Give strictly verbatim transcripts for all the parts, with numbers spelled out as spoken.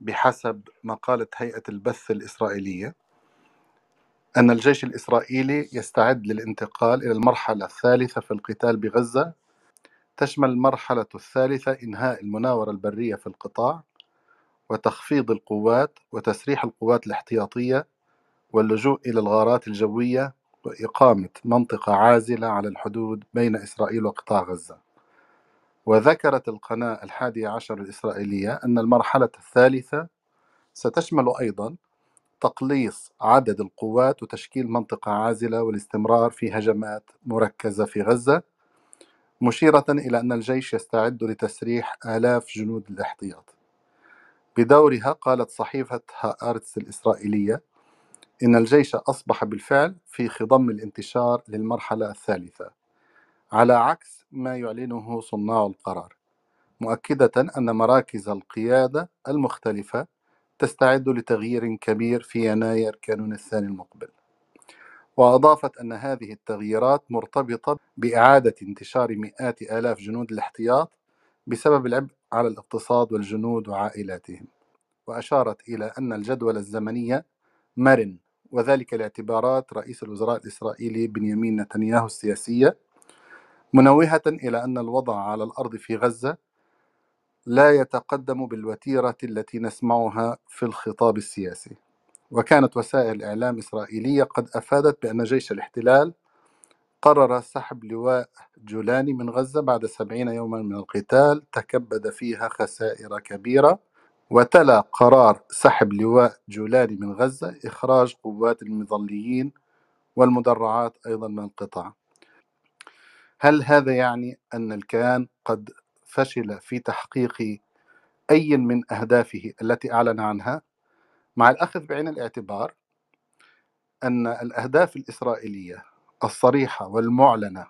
بحسب مقالة هيئة البث الإسرائيلية أن الجيش الإسرائيلي يستعد للانتقال إلى المرحلة الثالثة في القتال بغزة، تشمل المرحلة الثالثة إنهاء المناورة البرية في القطاع وتخفيض القوات وتسريح القوات الاحتياطية واللجوء إلى الغارات الجوية وإقامة منطقة عازلة على الحدود بين إسرائيل وقطاع غزة. وذكرت القناة الحادية عشر الإسرائيلية أن المرحلة الثالثة ستشمل أيضا تقليص عدد القوات وتشكيل منطقة عازلة والاستمرار في هجمات مركزة في غزة، مشيرة إلى أن الجيش يستعد لتسريح آلاف جنود الاحتياط. بدورها قالت صحيفة هآرتس الإسرائيلية إن الجيش أصبح بالفعل في خضم الانتشار للمرحلة الثالثة، على عكس ما يعلنه صناع القرار، مؤكدة أن مراكز القيادة المختلفة تستعد لتغيير كبير في يناير كانون الثاني المقبل. وأضافت أن هذه التغييرات مرتبطة بإعادة انتشار مئات آلاف جنود الاحتياط بسبب العبء على الاقتصاد والجنود وعائلاتهم. وأشارت إلى أن الجدول الزمنية مرن، وذلك لاعتبارات رئيس الوزراء الإسرائيلي بنيامين نتنياهو السياسية، منوهة إلى أن الوضع على الأرض في غزة لا يتقدم بالوتيرة التي نسمعها في الخطاب السياسي. وكانت وسائل إعلام إسرائيلية قد أفادت بأن جيش الاحتلال قرر سحب لواء جولاني من غزة بعد سبعين يوما من القتال تكبد فيها خسائر كبيرة، وتلا قرار سحب لواء جولاني من غزة إخراج قوات المظليين والمدرعات أيضا من القطاع. هل هذا يعني أن الكيان قد فشل في تحقيق أي من أهدافه التي أعلن عنها، مع الأخذ بعين الاعتبار أن الأهداف الإسرائيلية الصريحة والمعلنة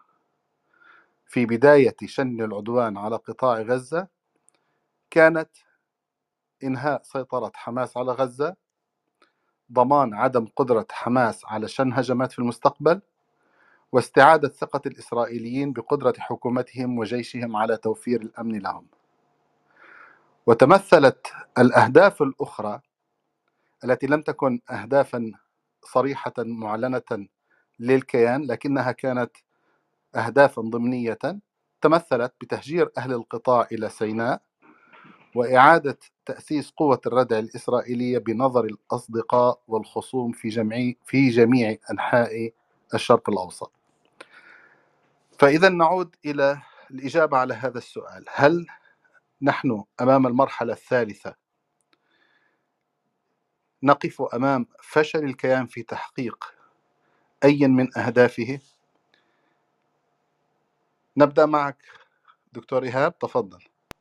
في بداية شن العدوان على قطاع غزة كانت إنهاء سيطرة حماس على غزة، ضمان عدم قدرة حماس على شن هجمات في المستقبل، واستعادة ثقة الإسرائيليين بقدرة حكومتهم وجيشهم على توفير الأمن لهم. وتمثلت الأهداف الأخرى التي لم تكن أهدافا صريحة معلنة للكيان لكنها كانت أهدافا ضمنية، تمثلت بتهجير أهل القطاع إلى سيناء وإعادة تأسيس قوة الردع الإسرائيلية بنظر الأصدقاء والخصوم في جميع في جميع أنحاء الشرق الأوسط. فإذا نعود إلى الإجابة على هذا السؤال: هل نحن أمام المرحلة الثالثة نقف أمام فشل الكيان في تحقيق أي من أهدافه؟ نبدأ معك دكتور إيهاب، تفضل.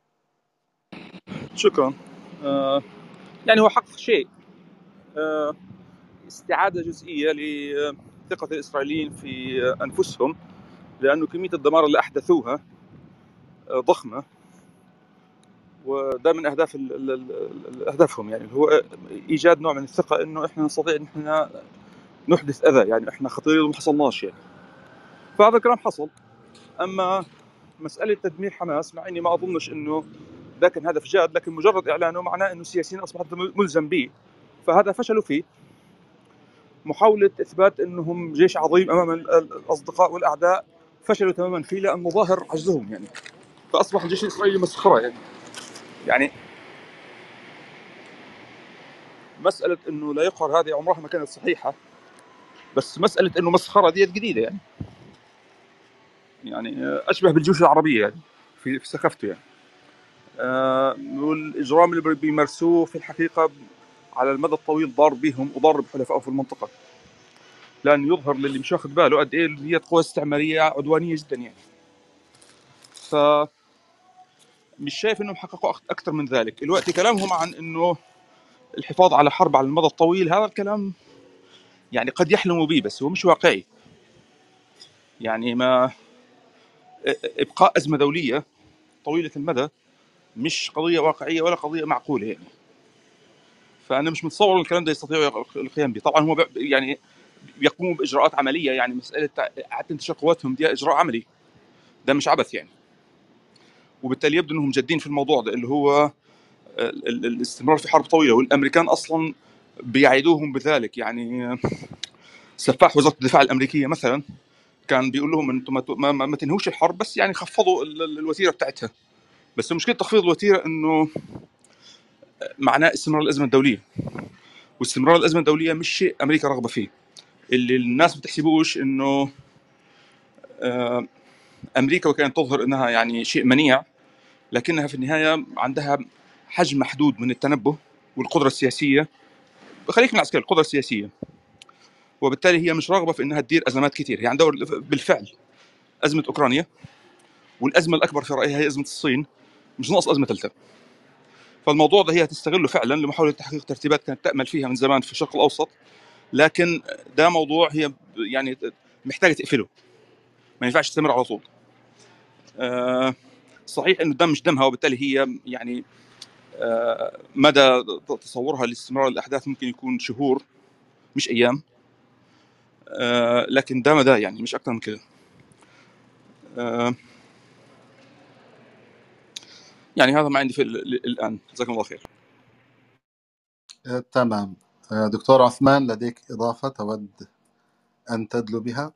شكرا. آه يعني هو حق شيء، آه استعادة جزئية لثقة الإسرائيليين في أنفسهم، لأنه كمية الدمار اللي أحدثوها آه ضخمة، وده من أهداف ال ال أهدافهم، يعني هو إيجاد نوع من الثقة إنه إحنا نستطيع إن إحنا نحدث أذى، يعني إحنا خطير وما حصلناش يعني. فهذا الكلام حصل. أما مسألة تدمير حماس، مع إني ما أظنش إنه ده كان هدف جاد، لكن مجرد إعلانه معناه إنه السياسيين أصبحت ملزم به، فهذا فشلوا فيه. محاولة إثبات أنهم جيش عظيم أمام الأصدقاء والأعداء، فشلوا تماما فيه لأنه ظاهر عجزهم يعني. فأصبح الجيش الإسرائيلي مسخرة يعني. يعني مسألة أنه لا يقهر هذه عمرها ما كانت صحيحة، بس مسألة أنه مسخرة ديت جديدة يعني. يعني أشبه بالجيوش العربية يعني في, في ثقافته يعني. آه والإجرام اللي بيمارسوه في الحقيقة على المدى الطويل ضار بهم وضار بحلفائهم في المنطقة، لأن يظهر للي مش واخد باله قد إيه هي قوة استعمارية عدوانية جدا يعني. ف مش شايف انهم حققوا اكثر من ذلك. الوقت كلامهم عن انه الحفاظ على حرب على المدى الطويل، هذا الكلام يعني قد يحلموا به، بس هو مش واقعي. يعني ما ابقاء ازمه دوليه طويله المدى مش قضيه واقعيه ولا قضيه معقوله يعني. فانا مش متصور الكلام ده يستطيعوا القيام به. طبعا هو يعني يقوموا باجراءات عمليه، يعني مساله اعاده انتشار قواتهم دي اجراء عملي، ده مش عبث يعني. وبالتالي يبدو انهم جادين في الموضوع ده، اللي هو الاستمرار في حرب طويلة، والأمريكان أصلا بيعيدوهم بذلك. يعني سفاح وزارة الدفاع الأمريكية مثلا كان بيقول لهم أنتم ما, ما, ما تنهوش الحرب، بس يعني خفضوا الوتيرة بتاعتها. بس مشكلة تخفيض الوتيرة إنه معناه استمرار الأزمة الدولية، واستمرار الأزمة الدولية مش شيء أمريكا رغبة فيه. اللي الناس بتحسبوش إنه أمريكا وكانت تظهر إنها يعني شيء منيع، لكنها في النهاية عندها حجم محدود من التنبؤ والقدرة السياسية. خليك من العسكري، القدرة السياسية، وبالتالي هي مش راغبة في إنها تدير أزمات كتير. هي عندها بالفعل أزمة أوكرانيا، والأزمة الأكبر في رأيها هي أزمة الصين، مش ناقص أزمة ثالثة. فالموضوع ده هي تستغله فعلا لمحاولة تحقيق ترتيبات كانت تأمل فيها من زمان في الشرق الأوسط، لكن ده موضوع هي يعني محتاجة تقفله، ما ينفعش تستمر على طول. آه صحيح إنه الدم مش دمها، وبالتالي هي يعني آه مدى تصورها لاستمرار الأحداث ممكن يكون شهور مش أيام، آه لكن ده مدى يعني مش أكثر من كده. آه يعني هذا ما عندي في الآن. جزاكم الله خير. آه، تمام. آه، دكتور عثمان، لديك إضافة تود أن تدلو بها؟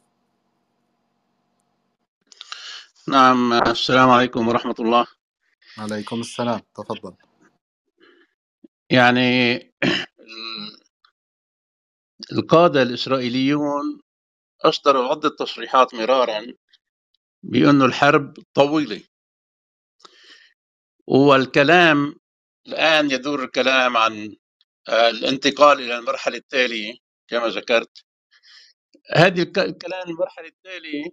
نعم، السلام عليكم ورحمة الله. عليكم السلام، تفضل. يعني القادة الإسرائيليون أصدروا عدة تصريحات مرارا بأن الحرب طويلة، والكلام الآن يدور الكلام عن الانتقال إلى المرحلة التالية كما ذكرت. هذه الكلام المرحلة التالية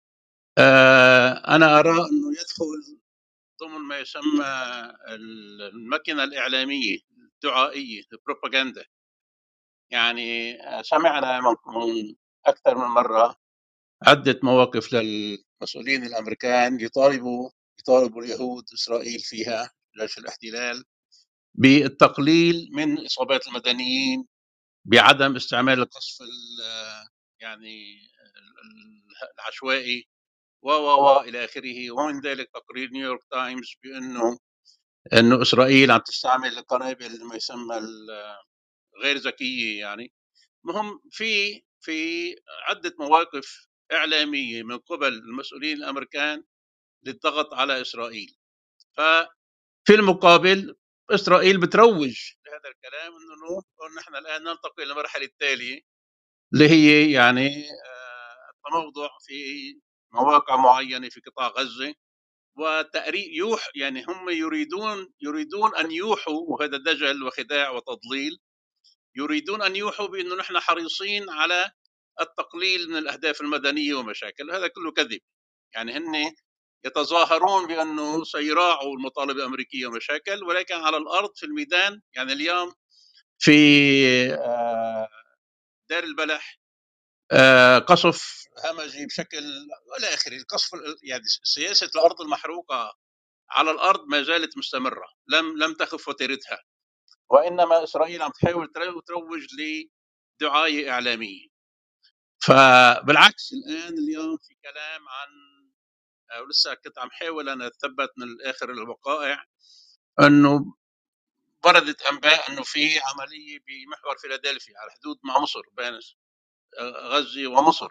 أنا أرى أنه يدخل ضمن ما يسمى المكنة الإعلامية الدعائية، البروباغندا. يعني سمعنا من أكثر من مرة عدة مواقف للمسؤولين الأمريكان يطالبوا يطالبوا اليهود إسرائيل فيها جيش الاحتلال بالتقليل من إصابات المدنيين، بعدم استعمال القصف يعني العشوائي و و إلى آخره. ومن ذلك تقرير نيويورك تايمز بأنه أنه إسرائيل عم تستعمل القنابل ما يسمى غير ذكية. يعني مهم في في عدة مواقف إعلامية من قبل المسؤولين الأمريكان للضغط على إسرائيل. ففي المقابل إسرائيل بتروج لهذا الكلام إنه نحن الآن ننتقل إلى المرحلة التالية اللي هي يعني التموضع في مواقع معينة في قطاع غزة وتأريء يوح. يعني هم يريدون يريدون أن يوحوا، وهذا دجل وخداع وتضليل، يريدون أن يوحوا بأنه نحن حريصين على التقليل من الأهداف المدنية ومشاكل. هذا كله كذب. يعني هن يتظاهرون بأنه سيراعوا المطالب الأمريكية ومشاكل، ولكن على الأرض في الميدان يعني اليوم في دار البلح قصف همجي بشكل ولا آخره. القصف يعني سياسة الأرض المحروقة على الأرض ما زالت مستمرة، لم لم تخف وتيرتها، وإنما إسرائيل عم تحاول تروج لدعاية إعلامية. فبالعكس الآن اليوم في كلام عن، ولسه كنت عم حاول أنا أتثبت من آخر الوقائع، أنه بردت أنباء أنه في عملية بمحور فيلادلفيا على الحدود مع مصر بين غزة ومصر.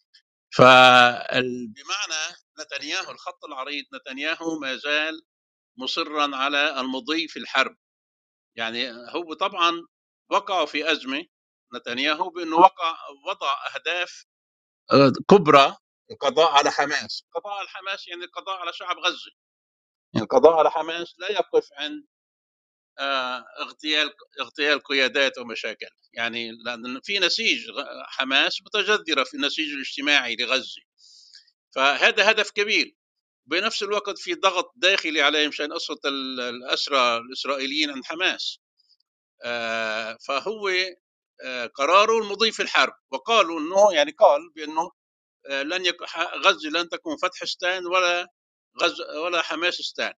فبمعنى نتنياهو الخط العريض، نتنياهو ما زال مصرا على المضي في الحرب. يعني هو طبعا وقعوا في أزمة نتنياهو بأنه وقع وضع أهداف كبرى، القضاء على حماس. القضاء على حماس يعني القضاء على شعب غزة. يعني القضاء على حماس لا يقف عند اغتيال اغتيال قيادات ومشاكل. يعني لأن في نسيج حماس متجذرة في النسيج الاجتماعي لغزة، فهذا هدف كبير. بنفس الوقت في ضغط داخلي عليه مشان قصة الأسرى الإسرائيليين عند حماس. فهو قراره المضي في الحرب، وقالوا انه يعني قال بانه لن يكون غزه لن تكون فتحستان ولا غزه ولا حماسستان.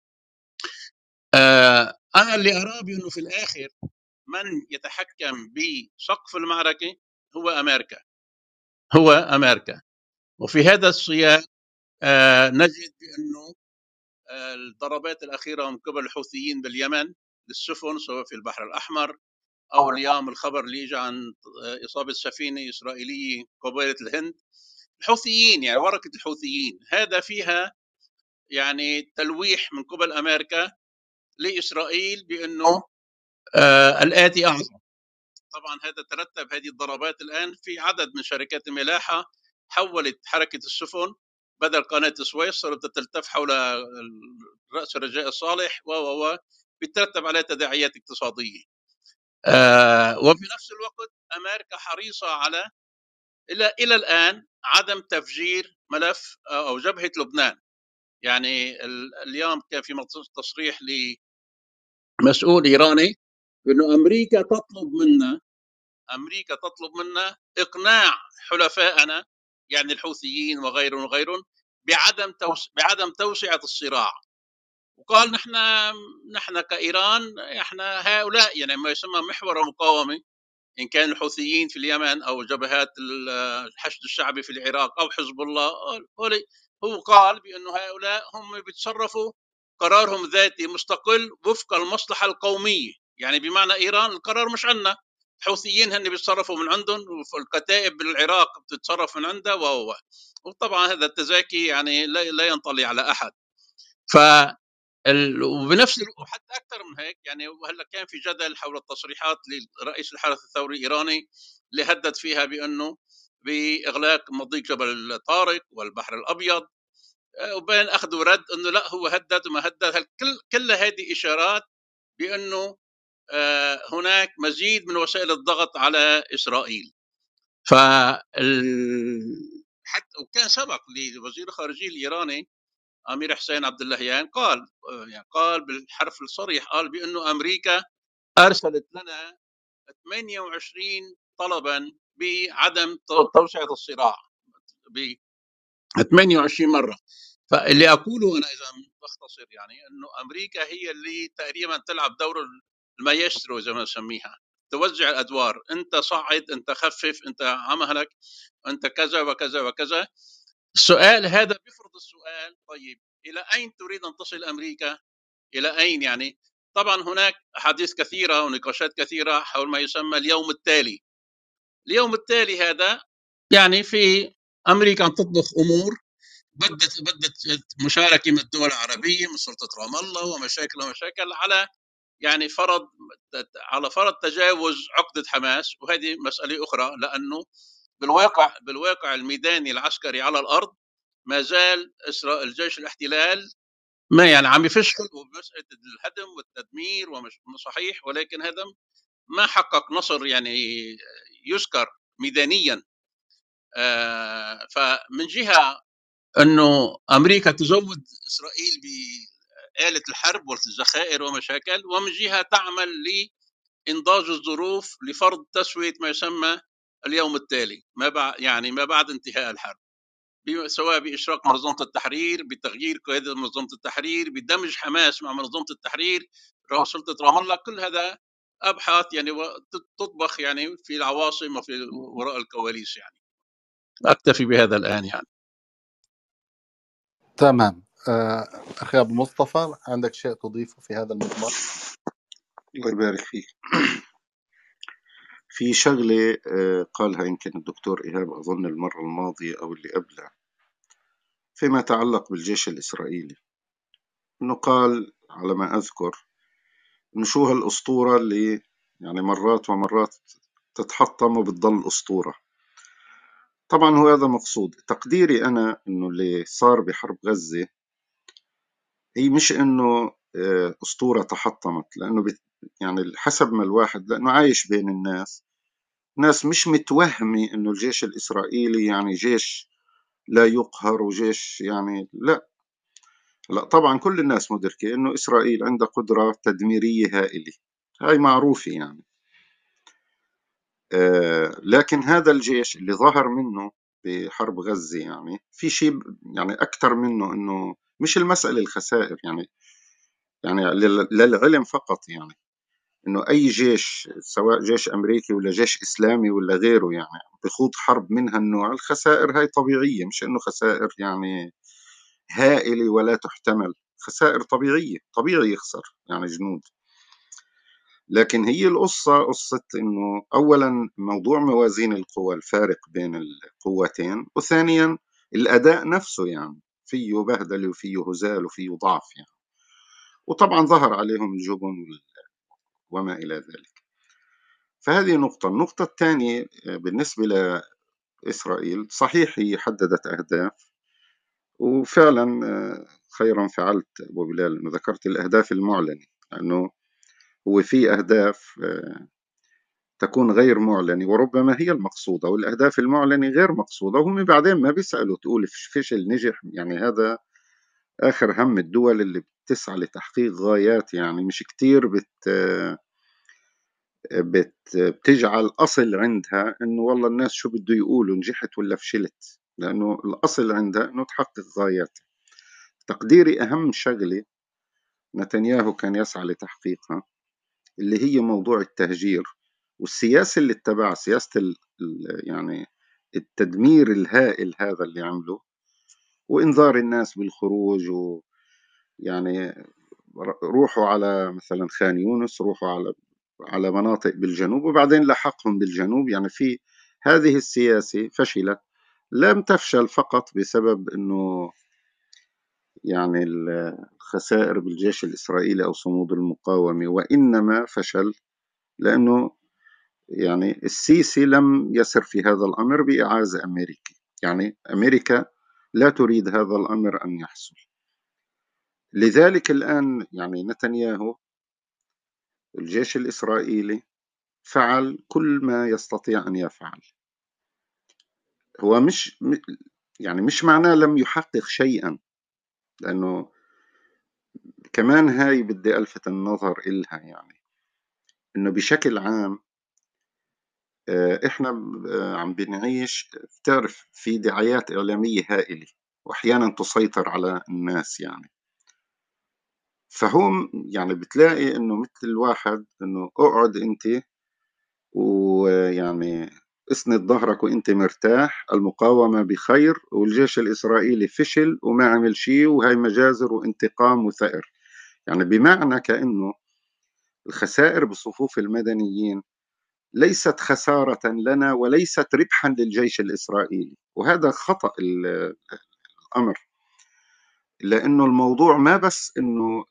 انا اللي اراه بانه في الاخر من يتحكم بسقف المعركه هو امريكا، هو امريكا. وفي هذا السياق نجد بانه الضربات الأخيرة من قبل الحوثيين باليمن للسفن سواء في البحر الأحمر، أو اليوم الخبر اللي جاء عن إصابة سفينة إسرائيلية قبيلة الهند. الحوثيين يعني ورقة الحوثيين هذا فيها يعني تلويح من قبل أمريكا لإسرائيل بأنه آه الآتي أعظم. طبعا هذا ترتب هذه الضربات الآن في عدد من شركات الملاحة حولت حركة السفن بدل قناة السويس صارت تلتف حول رأس الرجاء الصالح و و بترتب عليها تداعيات اقتصادية. آه وفي نفس الوقت أمريكا حريصة على إلى إلى الآن عدم تفجير ملف أو جبهة لبنان. يعني اليوم كان في تصريح لمسؤول إيراني إنه أمريكا تطلب منا أمريكا تطلب منا إقناع حلفائنا يعني الحوثيين وغيرهم وغيرهم بعدم توس... بعدم توسعة الصراع. وقال نحن نحن كإيران احنا هؤلاء يعني ما يسمى محور المقاومة، إن كان الحوثيين في اليمن أو جبهات الحشد الشعبي في العراق أو حزب الله، هو قال بأنه هؤلاء هم بيتصرفوا قرارهم ذاتي مستقل وفق المصلحة القومية. يعني بمعنى إيران القرار مش عنا، الحوثيين هن بيتصرفوا من عندهم والكتائب بالعراق بتتصرف من عندها وهو. وطبعا هذا التزاكي يعني لا ينطلي على أحد. ف وبنفس وحتى اكثر من هيك يعني هلا كان في جدل حول التصريحات لرئيس الحرس الثوري الايراني اللي هدد فيها بانه باغلاق مضيق جبل طارق والبحر الابيض، وبين اخذ ورد انه لا هو هدد وما هدد. كل كل هذه اشارات بانه هناك مزيد من وسائل الضغط على اسرائيل. ف حتى وكان سبق لوزير الخارجيه الايراني امير حسين عبد اللهيان قال يعني قال بالحرف الصريح قال بانه امريكا ارسلت لنا ثمانية وعشرين طلبا بعدم توسعه الصراع ب ثمانية وعشرين مره. فاللي اقوله انا اذا بختصر يعني انه امريكا هي اللي تقريبا تلعب دور المايسترو زي ما نسميها، توزع الادوار، انت صعد، انت خفف، انت عملك، انت كذا وكذا وكذا. السؤال هذا بيفرض السؤال طيب إلى أين تريد أن تصل أمريكا؟ إلى أين يعني؟ طبعا هناك أحاديث كثيرة ونقاشات كثيرة حول ما يسمى اليوم التالي. اليوم التالي هذا يعني في أمريكا أن تطبخ أمور بدت بدت مشاركة من الدول العربية من سلطة رام الله ومشاكل ومشاكل على يعني فرض على فرض تجاوز عقدة حماس، وهذه مسألة أخرى لأنه بالواقع بالواقع الميداني العسكري على الأرض ما زال إسرائيل الجيش الاحتلال ما يعني عم يفشل بمسألة الهدم والتدمير ومش صحيح، ولكن هذا ما حقق نصر يعني يذكر ميدانيا. آه فمن جهة أنه أمريكا تزود إسرائيل بآلة الحرب والذخائر ومشاكل، ومن جهة تعمل لإنضاج الظروف لفرض تسوية ما يسمى اليوم التالي ما بعد يعني ما بعد انتهاء الحرب، سواء بإشراك منظمة التحرير، بتغيير قيادة منظمة التحرير، بدمج حماس مع منظمة التحرير، سلطة رام الله. كل هذا أبحاث يعني تطبخ يعني في العواصم وفي وراء الكواليس. يعني أكتفي بهذا الآن يعني. تمام. أخي أبو مصطفى عندك شيء تضيفه في هذا المضمار؟ الله يبارك فيك. في شغلة قالها يمكن الدكتور إيهاب أظن المرة الماضية أو اللي قبلها فيما يتعلق بالجيش الإسرائيلي، إنه قال على ما أذكر إنه شو هالأسطورة اللي يعني مرات ومرات تتحطم وبتضل أسطورة. طبعا هو هذا مقصود. تقديري أنا إنه اللي صار بحرب غزة هي مش إنه أسطورة تحطمت، لأنه بت يعني حسب ما الواحد لأنه عايش بين الناس، ناس مش متوهمة إنه الجيش الإسرائيلي يعني جيش لا يقهر وجيش يعني لا لا طبعا كل الناس مدركة إنه إسرائيل عندها قدرة تدميرية هائلة، هاي معروفة يعني. آه لكن هذا الجيش اللي ظهر منه بحرب غزة يعني في شيء يعني أكثر منه، إنه مش المسألة الخسائر يعني يعني للعلم فقط، يعني إنه أي جيش سواء جيش أمريكي ولا جيش إسلامي ولا غيره يعني بخوض حرب من هالنوع، الخسائر هاي طبيعية، مش إنه خسائر يعني هائلة ولا تحتمل، خسائر طبيعية، طبيعي يخسر يعني جنود. لكن هي القصة قصة إنه أولا موضوع موازين القوى، الفارق بين القوتين، وثانيا الأداء نفسه، يعني فيه بهدلة وفيه هزال وفيه ضعف يعني. وطبعا ظهر عليهم الجبن وما إلى ذلك. فهذه نقطة. النقطة الثانية بالنسبة لإسرائيل، صحيح هي حددت أهداف، وفعلا خيرا فعلت أبو بلال أنه ذكرت الأهداف المعلنة، لأنه هو في أهداف تكون غير معلنة وربما هي المقصودة، والأهداف المعلنة غير مقصودة، وهم بعدين ما بيسألوا تقول فشل نجح. يعني هذا آخر هم الدول اللي بتسعى لتحقيق غايات، يعني مش كتير بت بت بتجعل أصل عندها إنه والله الناس شو بده يقولوا نجحت ولا فشلت، لأنه الأصل عندها إنه تحقق غايات. تقديري أهم شغلة نتنياهو كان يسعى لتحقيقها اللي هي موضوع التهجير، والسياسة اللي اتبعها سياسة ال يعني التدمير الهائل هذا اللي عمله، وإنذار الناس بالخروج، ويعني روحوا على مثلا خان يونس، روحوا على على مناطق بالجنوب، وبعدين لحقهم بالجنوب. يعني في هذه السياسة فشلت. لم تفشل فقط بسبب أنه يعني الخسائر بالجيش الإسرائيلي أو صمود المقاومة، وإنما فشل لأنه يعني السيسي لم يسر في هذا الأمر بإعاز أمريكي. يعني أمريكا لا تريد هذا الأمر أن يحصل. لذلك الآن يعني نتنياهو الجيش الإسرائيلي فعل كل ما يستطيع أن يفعل. هو مش يعني مش معناه لم يحقق شيئا، لأنه كمان هاي بدي ألفت النظر إلها، يعني إنه بشكل عام إحنا عم بنعيش، بتعرف في دعايات إعلامية هائلة وأحيانا تسيطر على الناس يعني. فهم يعني بتلاقي إنه مثل الواحد إنه اقعد أنت ويعني اسند ظهرك وانت مرتاح، المقاومة بخير، والجيش الإسرائيلي فشل وما عمل شيء، وهي مجازر وانتقام وثأر. يعني بمعنى كأنه الخسائر بصفوف المدنيين ليست خسارة لنا وليست ربحا للجيش الإسرائيلي، وهذا خطأ الأمر. لأنه الموضوع ما بس أنه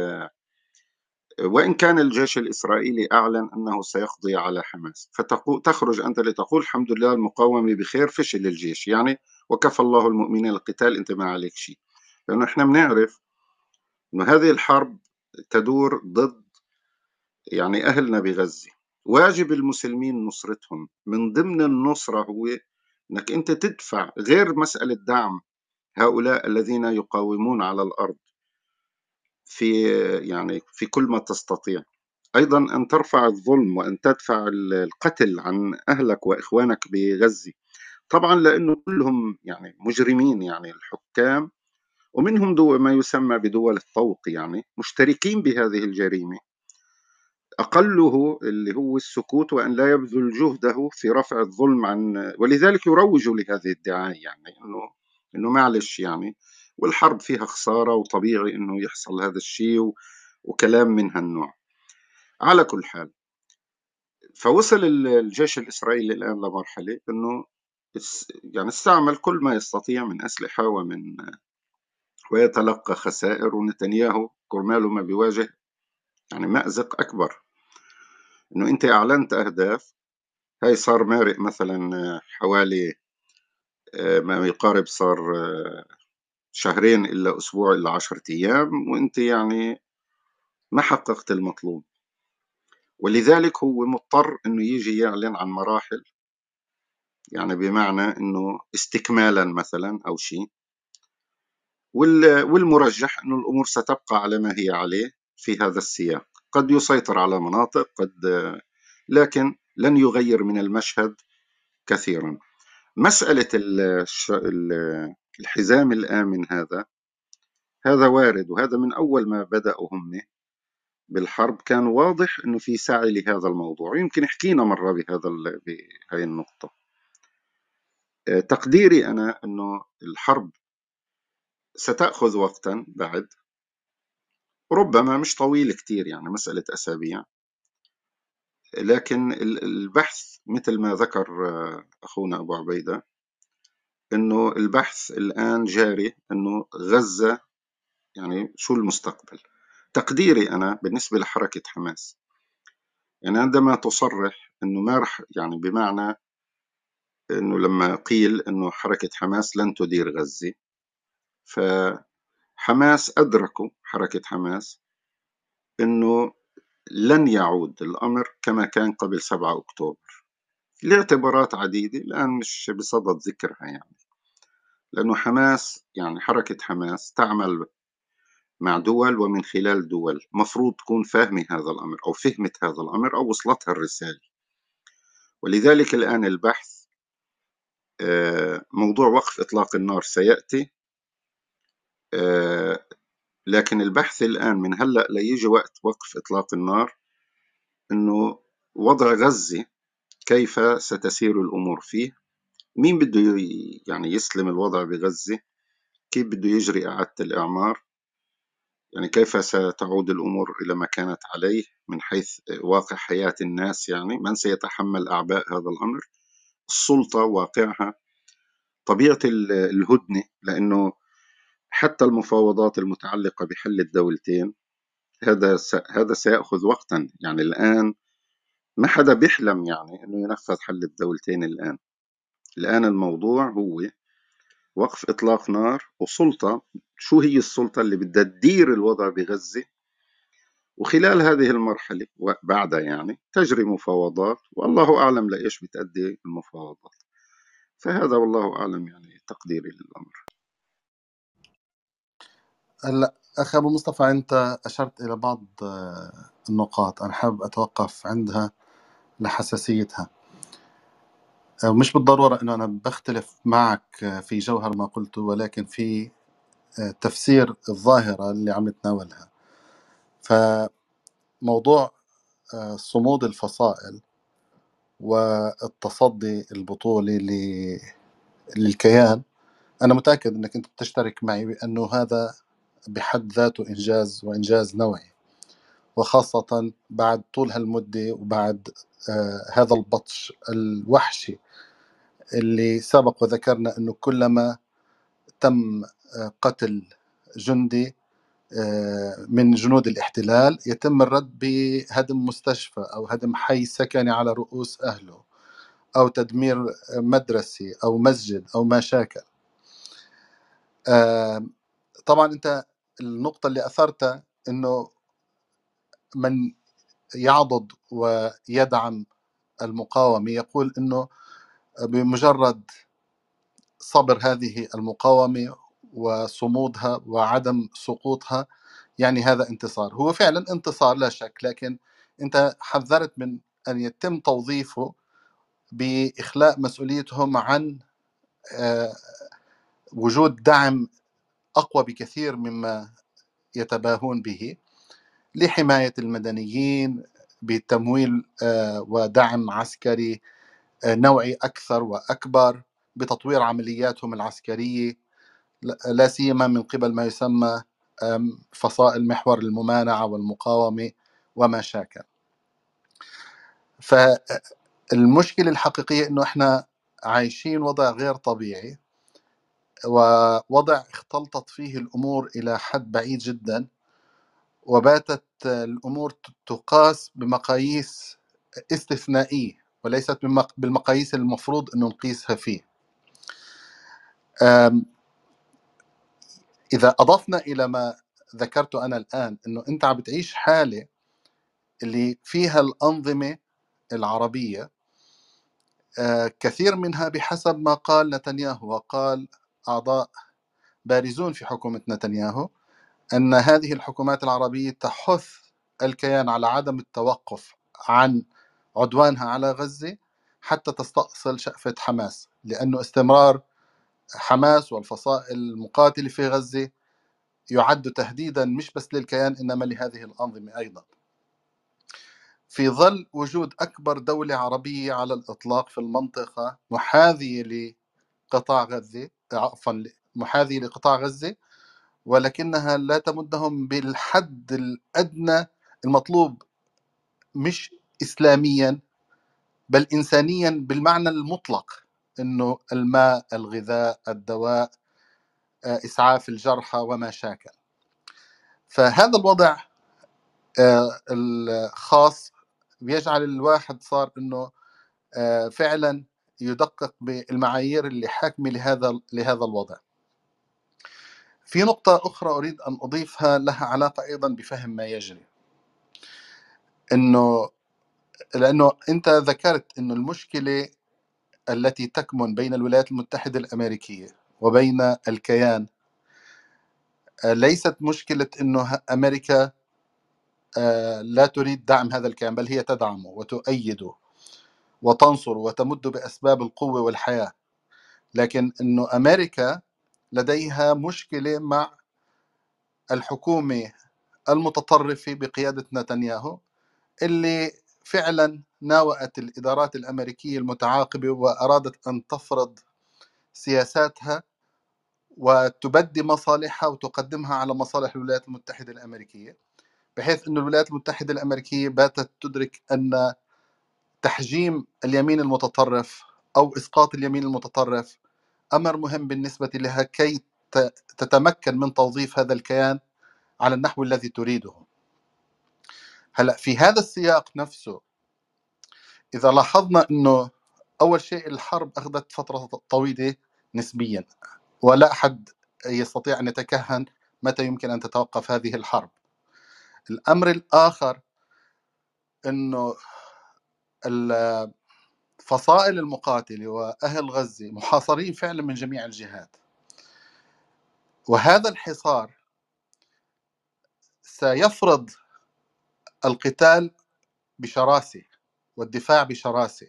وإن كان الجيش الإسرائيلي أعلن أنه سيقضي على حماس، فتخرج أنت لتقول الحمد لله المقاومة بخير، فشل الجيش يعني وكفى الله المؤمنين القتال، أنت ما عليك شيء. لأنه إحنا بنعرف أنه هذه الحرب تدور ضد يعني أهلنا بغزة. واجب المسلمين نصرتهم. من ضمن النصرة هو أنك أنت تدفع، غير مسألة دعم هؤلاء الذين يقاومون على الأرض في يعني في كل ما تستطيع، أيضا أن ترفع الظلم وأن تدفع القتل عن أهلك وإخوانك بغزة. طبعا لأنه كلهم يعني مجرمين، يعني الحكام ومنهم دول ما يسمى بدول الطوق يعني مشتركين بهذه الجريمة. أقله اللي هو السكوت وأن لا يبذل جهده في رفع الظلم عن، ولذلك يروجوا لهذه الدعاية، يعني إنه إنه معلش يعني والحرب فيها خسارة وطبيعي إنه يحصل هذا الشيء وكلام من هالنوع. على كل حال، فوصل الجيش الإسرائيلي الآن لمرحلة إنه يعني استعمل كل ما يستطيع من أسلحة ومن ويتلقى خسائر، ونتنياهو كرماله ما بيواجه يعني مأزق أكبر. إنه أنت أعلنت أهداف، هاي صار مارق مثلا حوالي ما يقارب صار شهرين إلا أسبوع إلا عشرة أيام، وأنت يعني ما حققت المطلوب. ولذلك هو مضطر إنه يجي يعلن عن مراحل، يعني بمعنى إنه استكمالا مثلا أو شيء، والمرجح أنه الأمور ستبقى على ما هي عليه في هذا السياق. قد يسيطر على مناطق، قد لكن لن يغير من المشهد كثيرا. مسألة الحزام الآمن هذا هذا وارد، وهذا من أول ما بدأوا هم بالحرب كان واضح أنه في سعي لهذا الموضوع. يمكن حكينا مرة بهذا بهذه النقطة. تقديري أنا أنه الحرب ستأخذ وقتا بعد، ربما مش طويل كتير، يعني مسألة أسابيع، لكن البحث مثل ما ذكر أخونا أبو عبيدة إنه البحث الآن جاري إنه غزة يعني شو المستقبل. تقديري أنا بالنسبة لحركة حماس، يعني عندما تصرح إنه ما رح، يعني بمعنى إنه لما قيل إنه حركة حماس لن تدير غزة، فحماس أدركوا حركة حماس إنه لن يعود الأمر كما كان قبل سبعة أكتوبر لاعتبارات عديدة الآن مش بصدد ذكرها، يعني لأنه حماس، يعني حركة حماس تعمل مع دول ومن خلال دول مفروض تكون فاهمة هذا الأمر أو فهمت هذا الأمر أو وصلتها الرسالة. ولذلك الآن البحث موضوع وقف إطلاق النار سيأتي، لكن البحث الآن من هلأ ليجي وقت وقف إطلاق النار إنه وضع غزة كيف ستسير الأمور فيه، مين بده يعني يسلم الوضع بغزة، كيف بده يجري إعادة الإعمار، يعني كيف ستعود الأمور إلى ما كانت عليه من حيث واقع حياة الناس، يعني من سيتحمل أعباء هذا الأمر، السلطة واقعها، طبيعة الهدنة، لأنه حتى المفاوضات المتعلقة بحل الدولتين هذا هذا سيأخذ وقتا. يعني الآن ما حدا بيحلم يعني إنه ينفذ حل الدولتين الآن. الآن الموضوع هو وقف إطلاق نار وسلطة، شو هي السلطة اللي بدها تدير الوضع بغزة، وخلال هذه المرحلة وبعدها يعني تجري مفاوضات، والله أعلم لإيش بتأدي المفاوضات. فهذا والله أعلم يعني تقديري للأمر. هلا أخي أبو مصطفى، أنت أشرت إلى بعض النقاط أنا حابب أتوقف عندها لحساسيتها، ومش بالضرورة أنه أنا بختلف معك في جوهر ما قلته، ولكن في تفسير الظاهرة اللي عم نتناولها. فموضوع صمود الفصائل والتصدي البطولي للكيان، أنا متأكد أنك أنت بتشترك معي بأنه هذا بحد ذاته إنجاز وإنجاز نوعي، وخاصة بعد طول هالمدة وبعد آه هذا البطش الوحشي اللي سبق وذكرنا أنه كلما تم آه قتل جندي آه من جنود الاحتلال يتم الرد بهدم مستشفى أو هدم حي سكني على رؤوس أهله أو تدمير مدرسة أو مسجد أو ما شاكل. آه طبعا أنت النقطة اللي أثرتها أنه من يعضد ويدعم المقاومة يقول أنه بمجرد صبر هذه المقاومة وصمودها وعدم سقوطها يعني هذا انتصار. هو فعلا انتصار لا شك، لكن أنت حذرت من أن يتم توظيفه بإخلاء مسؤوليتهم عن وجود دعم أقوى بكثير مما يتباهون به لحماية المدنيين بتمويل ودعم عسكري نوعي أكثر وأكبر، بتطوير عملياتهم العسكرية لا سيما من قبل ما يسمى فصائل محور الممانعة والمقاومة وما شاكل. فالمشكلة الحقيقية أنه إحنا عايشين وضع غير طبيعي، ووضع اختلطت فيه الأمور إلى حد بعيد جدا، وباتت الأمور تقاس بمقاييس استثنائية وليست بالمقاييس المفروض أنه نقيسها فيه. إذا أضفنا إلى ما ذكرته أنا الآن أنه أنت عم بتعيش حالة اللي فيها الأنظمة العربية كثير منها بحسب ما قال نتنياهو وقال أعضاء بارزون في حكومة نتنياهو أن هذه الحكومات العربية تحث الكيان على عدم التوقف عن عدوانها على غزة حتى تستأصل شأفة حماس، لأنه استمرار حماس والفصائل المقاتلة في غزة يعد تهديدا مش بس للكيان إنما لهذه الأنظمة أيضا. في ظل وجود أكبر دولة عربية على الإطلاق في المنطقة محاذية لقطاع غزة عفوا محاذية لقطاع غزة ولكنها لا تمدهم بالحد الأدنى المطلوب، مش إسلاميا بل إنسانيا بالمعنى المطلق، إنه الماء، الغذاء، الدواء، إسعاف الجرحى وما شاكل. فهذا الوضع الخاص بيجعل الواحد صار إنه فعلا يدقق بالمعايير اللي حاكمة لهذا لهذا الوضع. في نقطة أخرى أريد أن أضيفها لها علاقة أيضا بفهم ما يجري، إنه لأنه أنت ذكرت إنه المشكلة التي تكمن بين الولايات المتحدة الأمريكية وبين الكيان ليست مشكلة إنه أمريكا لا تريد دعم هذا الكيان، بل هي تدعمه وتؤيده وتنصر وتمد بأسباب القوة والحياة، لكن إنه أمريكا لديها مشكلة مع الحكومة المتطرفة بقيادة نتنياهو، اللي فعلا ناوأت الإدارات الأمريكية المتعاقبة وأرادت أن تفرض سياساتها وتبدي مصالحها وتقدمها على مصالح الولايات المتحدة الأمريكية، بحيث أن الولايات المتحدة الأمريكية باتت تدرك أن تحجيم اليمين المتطرف أو إسقاط اليمين المتطرف أمر مهم بالنسبة لها كي تتمكن من توظيف هذا الكيان على النحو الذي تريده. هلأ في هذا السياق نفسه إذا لاحظنا أنه أول شيء الحرب أخذت فترة طويلة نسبيا، ولا أحد يستطيع أن يتكهن متى يمكن أن تتوقف هذه الحرب. الأمر الآخر أنه الفصائل المقاتلة وأهل غزة محاصرين فعلا من جميع الجهات، وهذا الحصار سيفرض القتال بشراسة والدفاع بشراسة،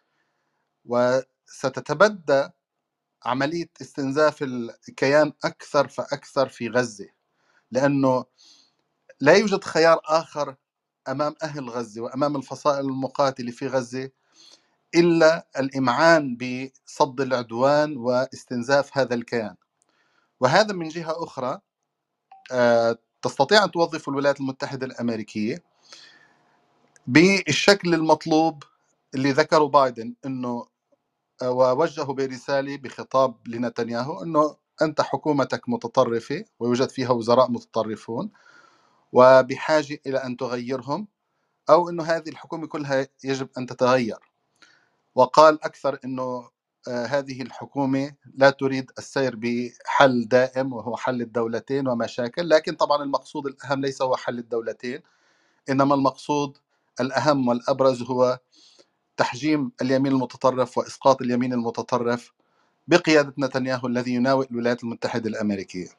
وستتبدى عملية استنزاف الكيان أكثر فأكثر في غزة، لأنه لا يوجد خيار آخر أمام أهل غزة وأمام الفصائل المقاتلة في غزة إلا الإمعان بصد العدوان واستنزاف هذا الكيان. وهذا من جهة أخرى تستطيع أن توظف الولايات المتحدة الأمريكية بالشكل المطلوب اللي ذكره بايدن، أنه ووجهوا برسالة بخطاب لنتنياهو أنه أنت حكومتك متطرفة ويوجد فيها وزراء متطرفون وبحاجة إلى أن تغيرهم، أو أنه هذه الحكومة كلها يجب أن تتغير. وقال أكثر أنه هذه الحكومة لا تريد السير بحل دائم وهو حل الدولتين ومشاكل، لكن طبعا المقصود الأهم ليس هو حل الدولتين، إنما المقصود الأهم والأبرز هو تحجيم اليمين المتطرف وإسقاط اليمين المتطرف بقيادة نتنياهو الذي يناوئ الولايات المتحدة الأمريكية.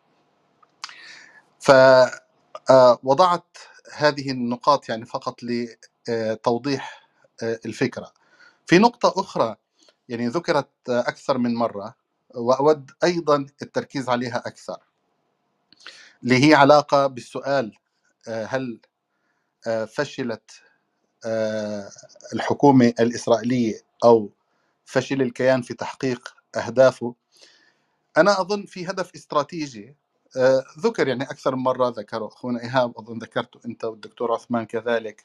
فوضعت هذه النقاط يعني فقط لتوضيح الفكرة. في نقطة أخرى يعني ذكرت أكثر من مرة وأود أيضا التركيز عليها أكثر، اللي هي علاقة بالسؤال هل فشلت الحكومة الإسرائيلية أو فشل الكيان في تحقيق أهدافه. أنا أظن في هدف استراتيجي ذكر يعني أكثر من مرة، ذكره أخونا إيهاب، أظن ذكرته أنت والدكتور عثمان كذلك،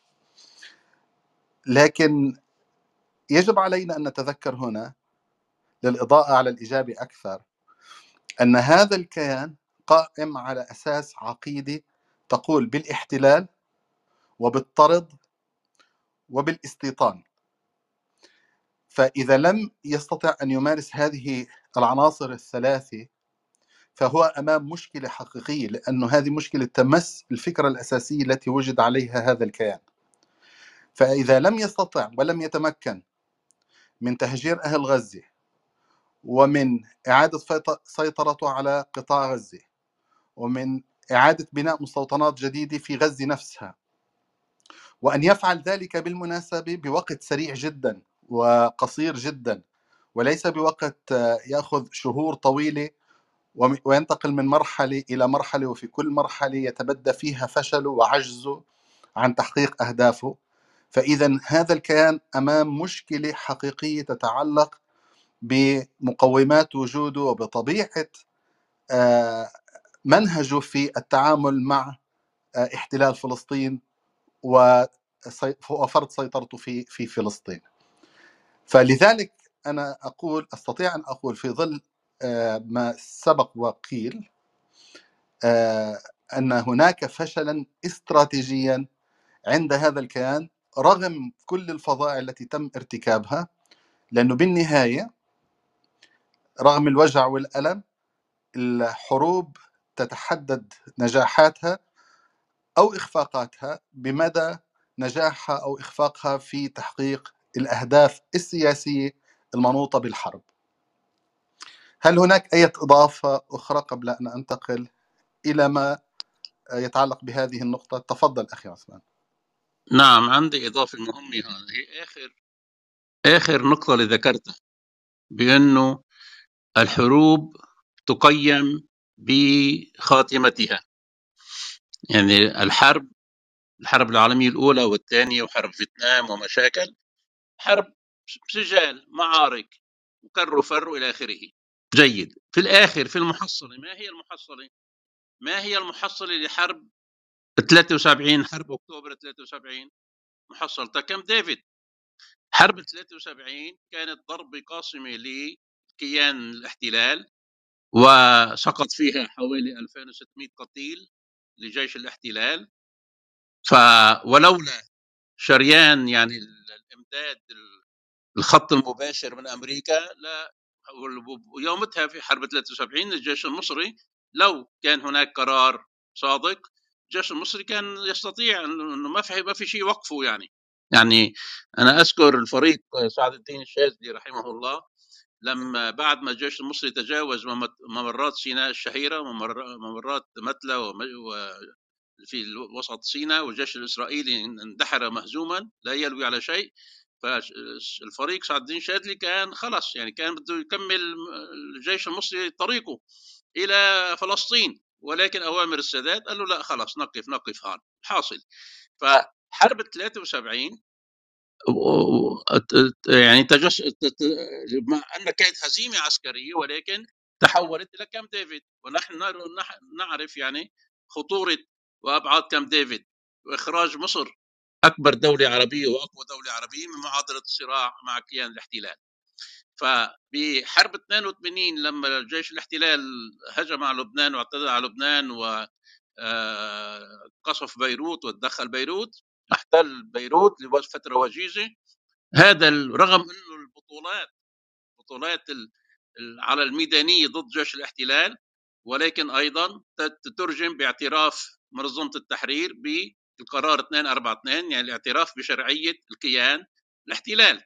لكن يجب علينا أن نتذكر هنا للإضاءة على الإجابة أكثر أن هذا الكيان قائم على أساس عقيدة تقول بالاحتلال وبالطرد وبالاستيطان. فإذا لم يستطع أن يمارس هذه العناصر الثلاثة فهو أمام مشكلة حقيقية، لأنه هذه مشكلة تمس الفكرة الأساسية التي وجد عليها هذا الكيان. فإذا لم يستطع ولم يتمكن من تهجير أهل غزة ومن إعادة سيطرته على قطاع غزة ومن إعادة بناء مستوطنات جديدة في غزة نفسها، وأن يفعل ذلك بالمناسبة بوقت سريع جدا وقصير جدا وليس بوقت يأخذ شهور طويلة وينتقل من مرحلة إلى مرحلة وفي كل مرحلة يتبدى فيها فشله وعجزه عن تحقيق أهدافه. فإذا هذا الكيان أمام مشكلة حقيقية تتعلق بمقومات وجوده وبطبيعة منهجه في التعامل مع احتلال فلسطين وفرض سيطرته في في فلسطين. فلذلك أنا أقول أستطيع أن أقول في ظل ما سبق وقيل أن هناك فشلا استراتيجيا عند هذا الكيان رغم كل الفظائع التي تم ارتكابها، لأنه بالنهاية رغم الوجع والألم الحروب تتحدد نجاحاتها أو إخفاقاتها بمدى نجاحها أو إخفاقها في تحقيق الأهداف السياسية المنوطة بالحرب. هل هناك أي إضافة أخرى قبل أن أنتقل إلى ما يتعلق بهذه النقطة؟ تفضل أخي عثمان. نعم، عندي إضافة مهمة هون، هي آخر آخر نقطة اللي ذكرتها، بأنه الحروب تقيم بخاتمتها. يعني الحرب الحرب العالمية الأولى والثانية وحرب فيتنام ومشاكل، حرب سجال معارك وكر وفر إلى آخره. جيد. في الآخر في المحصلة، ما هي المحصلة؟ ما هي المحصلة لحرب ثلاثة وسبعين، حرب أكتوبر ثلاثة وسبعين؟ محصلة كامب ديفيد. حرب ثلاثة وسبعين كانت ضربة قاصمة لكيان الاحتلال، وسقط فيها حوالي ألفين وستمائة قتيل لجيش الاحتلال. فولولا شريان يعني الامداد الخط المباشر من امريكا، لا ويومتها في حرب ثلاثة وسبعين الجيش المصري لو كان هناك قرار صادق، الجيش المصري كان يستطيع انه ما في ما في شيء وقفه. يعني يعني انا اذكر الفريق سعد الدين الشاذلي رحمه الله، لما بعد ما الجيش المصري تجاوز ممرات سيناء الشهيره، ممرات متلة في وسط سيناء، والجيش الإسرائيلي اندحر مهزوما لا يلوي على شيء، فالفريق سعد الدين الشاذلي كان خلص، يعني كان بده يكمل الجيش المصري طريقه إلى فلسطين، ولكن أوامر السادات قال له لا خلاص نقف نقف هون حاصل. فحرب ثلاثة وسبعين يعني تجس مع أن كانت هزيمة عسكرية، ولكن تحولت إلى كامب ديفيد، ونحن نعرف يعني خطورة وأبعاد كامب ديفيد وإخراج مصر أكبر دولة عربية وأقوى دولة عربية من معادلة الصراع مع كيان الاحتلال. فبحرب اثنين وثمانين لما الجيش الاحتلال هجم على لبنان واعتدى على لبنان وقصف بيروت وتدخل بيروت، احتل بيروت لفترة وجيزة. هذا رغم انه البطولات بطولات على الميدانيه ضد جيش الاحتلال، ولكن ايضا تترجم باعتراف منظمه التحرير بالقرار اثنين أربعة اثنين، يعني الاعتراف بشرعيه الكيان الاحتلال.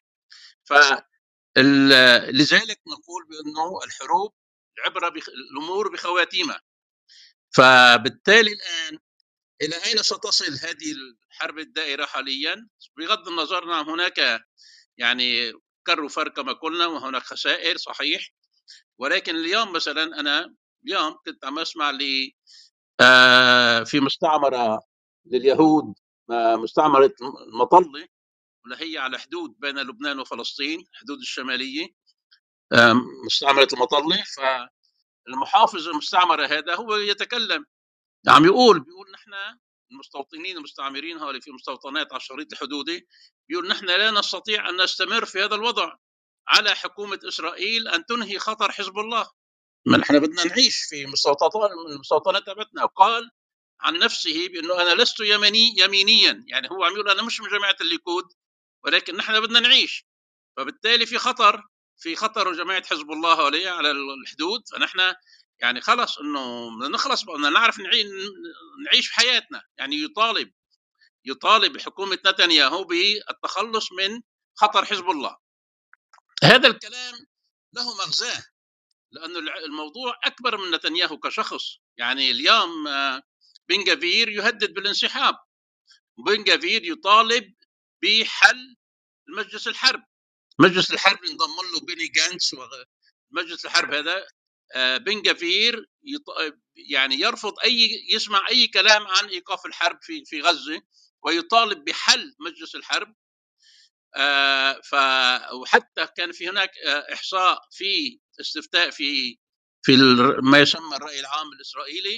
فلذلك نقول بانه الحروب العبره بالامور بخواتيمها. فبالتالي الان الى اين ستصل هذه الحرب الدائره حاليا؟ بغض النظر، نعم هناك يعني كر وفر كما قلنا وهناك خسائر صحيح، ولكن اليوم مثلا انا اليوم كنت عم اسمع لي في مستعمره لليهود، مستعمره المطله، واللي هي على حدود بين لبنان وفلسطين، حدود الشماليه، مستعمره المطله. فالمحافظ المستعمره هذا هو يتكلم، عم يقول بيقول نحن المستوطنين المستعمرين هؤلاء في مستوطنات على الشريط الحدودي، بيقول نحن لا نستطيع أن نستمر في هذا الوضع، على حكومة إسرائيل أن تنهي خطر حزب الله، ما نحن بدنا نعيش في مستوطنات المستوطنات تبعتنا. وقال عن نفسه بأنه أنا لست يمني يمينيا، يعني هو عم يقول أنا مش من جماعة الليكود، ولكن نحن بدنا نعيش. فبالتالي في خطر في خطر جماعة حزب الله هؤلاء على الحدود، فنحن يعني خلص انه بدنا نخلص، بدنا نعرف نعيش في حياتنا. يعني يطالب يطالب حكومة نتنياهو بالتخلص من خطر حزب الله. هذا الكلام له مغزاه، لأنه الموضوع أكبر من نتنياهو كشخص. يعني اليوم بن غفير يهدد بالانسحاب، بن غفير يطالب بحل مجلس الحرب، مجلس الحرب انضم له بيني جانتس ومجلس الحرب هذا. بن غفير يعني يرفض اي يسمع اي كلام عن ايقاف الحرب في في غزه، ويطالب بحل مجلس الحرب. ف وحتى كان في هناك احصاء في استفتاء في في ما يسمى الراي العام الاسرائيلي،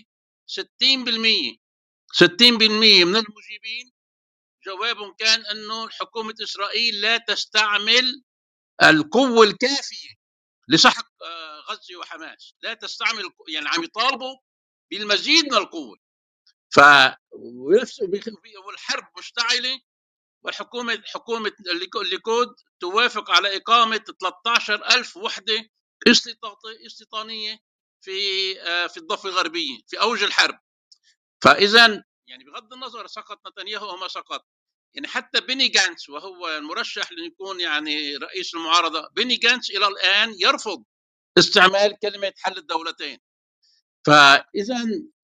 ستين بالمئة ستين بالمئة من المجيبين جوابهم كان انه حكومه اسرائيل لا تستعمل القوه الكافيه لسحق غزه وحماس، لا تستعمل، يعني عم يطالبوا بالمزيد من القوه. ف والحرب مشتعله، والحكومه حكومه الليكود توافق على اقامه ثلاثة عشر ألف وحده استيطانيه في في الضفه الغربيه في اوج الحرب. فاذا يعني بغض النظر سقط نتنياهو او ما سقط، يعني حتى بيني جانتس وهو المرشح ليكون يعني رئيس المعارضه، بيني جانتس الى الان يرفض استعمال كلمه حل الدولتين. فاذا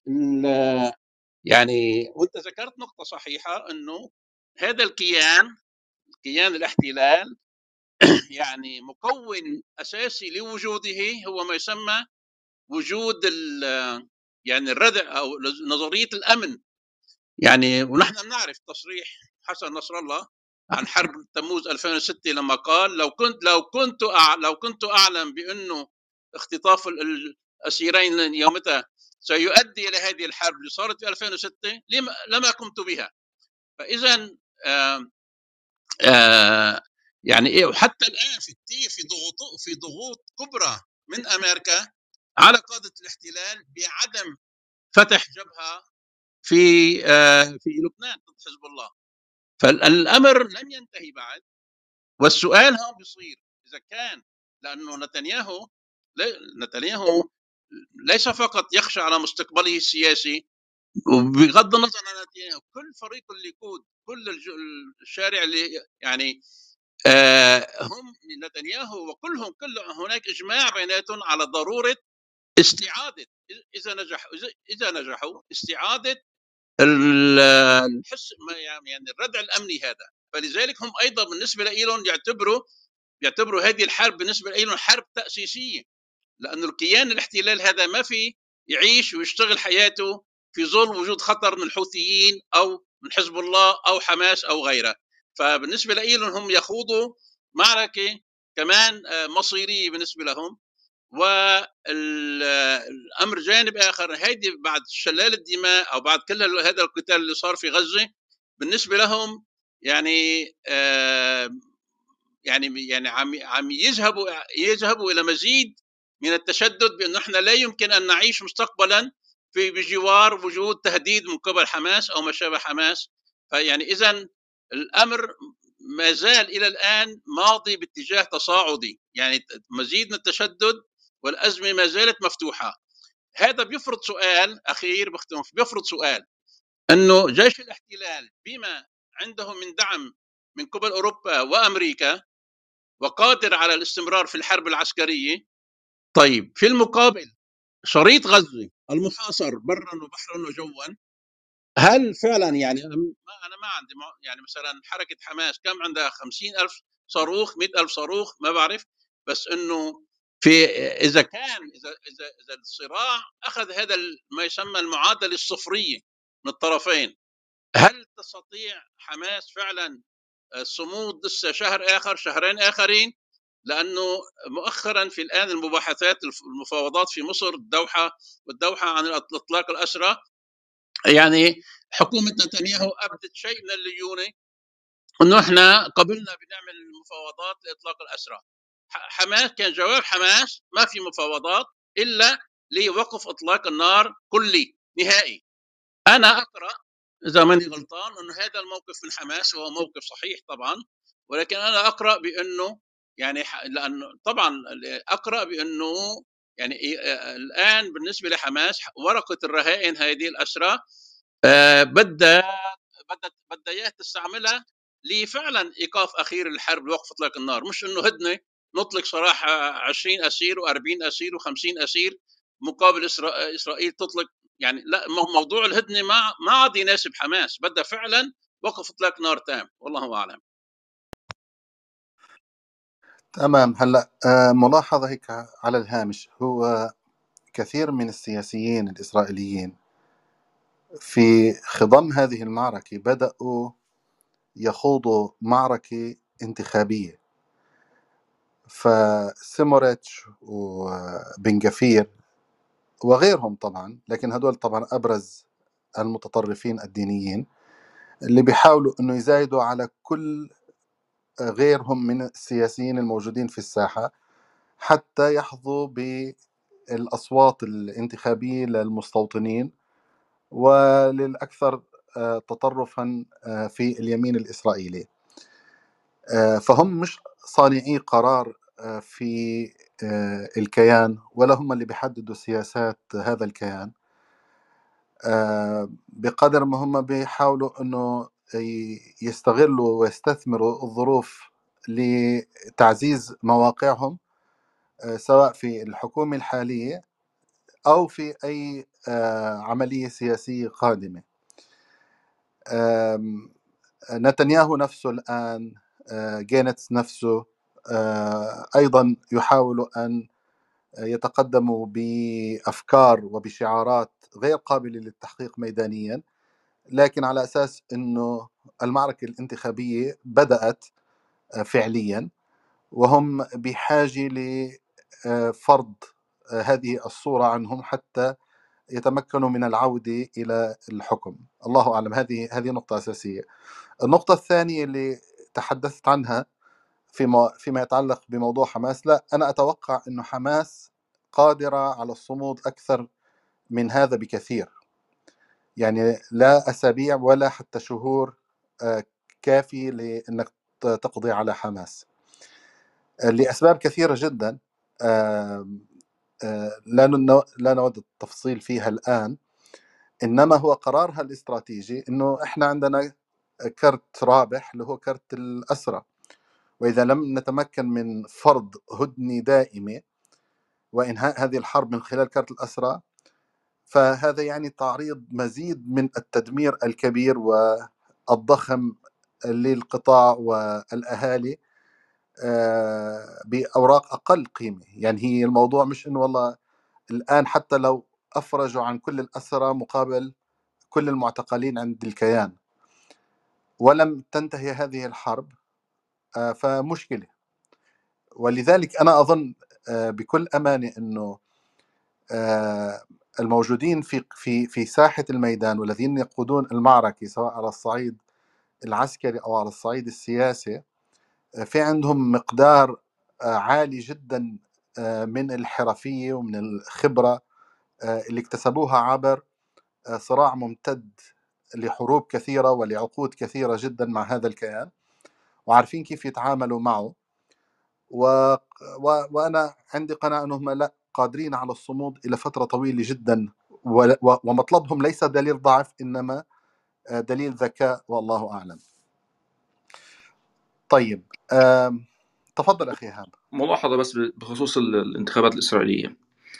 يعني وانت ذكرت نقطه صحيحه انه هذا الكيان كيان الاحتلال يعني مكون اساسي لوجوده هو ما يسمى وجود يعني الردع او نظريه الامن. يعني ونحن بنعرف تصريح حسن نصر الله عن حرب تموز ألفين وستة لما قال لو كنت لو كنت لو كنت اعلم بانه اختطاف الاسيرين يومتها سيؤدي الى هذه الحرب اللي صارت في ألفين وستة لما قمت بها. فاذا آآ آآ يعني ايه، وحتى الان في في ضغوط في ضغوط كبرى من امريكا على قاده الاحتلال بعدم فتح جبهه في في لبنان ضد حزب الله. فالامر لم ينتهي بعد، والسؤال هون بيصير اذا كان لانه نتنياهو نتنياهو ليس فقط يخشى على مستقبله السياسي، وبغض النظر عن نتنياهو كل فريق الليكود كل الشارع اللي يعني آه هم نتنياهو وكلهم كل هناك اجماع بيناتهم على ضروره استعاده اذا نجحوا اذا نجحوا استعاده الحس يعني الردع الامني هذا. فلذلك هم ايضا بالنسبه لهم يعتبروا يعتبروا هذه الحرب بالنسبه لهم حرب تاسيسيه، لأن الكيان الاحتلال هذا ما في يعيش ويشتغل حياته في ظل وجود خطر من الحوثيين او من حزب الله او حماس او غيره. فبالنسبه لهم هم يخوضوا معركه كمان مصيريه بالنسبه لهم. والامر جانب اخر، هيدي بعد شلال الدماء او بعد كل هذا القتال اللي صار في غزه بالنسبه لهم يعني آه يعني يعني عم عم يذهبوا يذهبوا الى مزيد من التشدد، بانه احنا لا يمكن ان نعيش مستقبلا في بجوار وجود تهديد من قبل حماس او ما شابه حماس. فيعني اذا الامر ما زال الى الان ماضي باتجاه تصاعدي، يعني مزيد من التشدد والازمه ما زالت مفتوحه. هذا بيفرض سؤال اخير بختم بيفرض سؤال انه جيش الاحتلال بما عنده من دعم من قبل اوروبا وامريكا وقادر على الاستمرار في الحرب العسكريه، طيب في المقابل شريط غزه المحاصر برا وبحرا وجوا، هل فعلا يعني انا ما عندي يعني مثلا حركه حماس كم عندها خمسين ألف صاروخ مئة ألف صاروخ ما بعرف، بس انه في اذا كان اذا اذا اذا الصراع اخذ هذا ما يسمى المعادله الصفريه من الطرفين، هل تستطيع حماس فعلا الصمود لسه شهر اخر شهرين اخرين؟ لانه مؤخرا في الان المباحثات المفاوضات في مصر الدوحه والدوحه عن اطلاق الاسرى، يعني حكومه نتنياهو ابدت شيء من الليونه انه احنا قبلنا بنعمل المفاوضات لاطلاق الاسرى. حماس كان جواب حماس ما في مفاوضات الا لوقف اطلاق النار كلي نهائي. انا اقرا اذا ماني غلطان انه هذا الموقف من حماس هو موقف صحيح طبعا، ولكن انا اقرا بانه يعني لانه طبعا اقرا بانه يعني الان بالنسبه لحماس ورقه الرهائن هذه الاسرى بدها بدها بدها اياها تستعملها لفعلا ايقاف اخير الحرب لوقف اطلاق النار، مش انه هدنه نطلق صراحه عشرين اسير وأربعين اسير وخمسين اسير مقابل اسرائيل تطلق. يعني لا، موضوع الهدنه ما ما عاد يناسب حماس، بدها فعلا وقف اطلاق نار تام. والله اعلم. تمام. هلا ملاحظه هيك على الهامش، هو كثير من السياسيين الاسرائيليين في خضم هذه المعركه بداوا يخوضوا معركه انتخابيه. فسموريتش وبن غفير وغيرهم طبعا، لكن هدول طبعا أبرز المتطرفين الدينيين اللي بيحاولوا أنه يزايدوا على كل غيرهم من السياسيين الموجودين في الساحة حتى يحظوا بالأصوات الانتخابية للمستوطنين، وللأكثر تطرفا في اليمين الإسرائيلي. فهم مش صانعي قرار في الكيان، ولا هم اللي بيحددوا سياسات هذا الكيان، بقدر ما هم بيحاولوا أنه يستغلوا ويستثمروا الظروف لتعزيز مواقعهم، سواء في الحكومة الحالية أو في أي عملية سياسية قادمة. نتنياهو نفسه الآن، جينتس نفسه أيضا يحاولوا أن يتقدموا بأفكار وبشعارات غير قابلة للتحقيق ميدانيا، لكن على أساس أنه المعركة الانتخابية بدأت فعليا، وهم بحاجة لفرض هذه الصورة عنهم حتى يتمكنوا من العودة إلى الحكم. الله أعلم. هذه هذه نقطة أساسية. النقطة الثانية اللي تحدثت عنها فيما فيما يتعلق بموضوع حماس، لا، أنا أتوقع أنه حماس قادرة على الصمود أكثر من هذا بكثير، يعني لا أسابيع ولا حتى شهور كافي لأنك تقضي على حماس لأسباب كثيرة جدا لا لا نود التفصيل فيها الآن، إنما هو قرارها الاستراتيجي إنه إحنا عندنا كرت رابح اللي هو كرت الأسرى، وإذا لم نتمكن من فرض هدنة دائمة وإنهاء هذه الحرب من خلال كرت الأسرى، فهذا يعني تعريض مزيد من التدمير الكبير والضخم للقطاع والأهالي بأوراق أقل قيمة. يعني هي الموضوع مش إنه والله الآن حتى لو أفرجوا عن كل الأسرى مقابل كل المعتقلين عند الكيان ولم تنتهي هذه الحرب، فمشكلة. ولذلك أنا أظن بكل أمانة أنه الموجودين في في في ساحة الميدان والذين يقودون المعركة سواء على الصعيد العسكري أو على الصعيد السياسي في عندهم مقدار عالي جدا من الحرفية ومن الخبرة اللي اكتسبوها عبر صراع ممتد لحروب كثيرة ولعقود كثيرة جدا مع هذا الكيان، وعارفين كيف يتعاملوا معه. و... و... وأنا عندي قناعة أنهم لا قادرين على الصمود إلى فترة طويلة جدا، و... و... ومطلبهم ليس دليل ضعف إنما دليل ذكاء، والله أعلم. طيب أم... تفضل أخي هاب. ملاحظة بس بخصوص الانتخابات الإسرائيلية.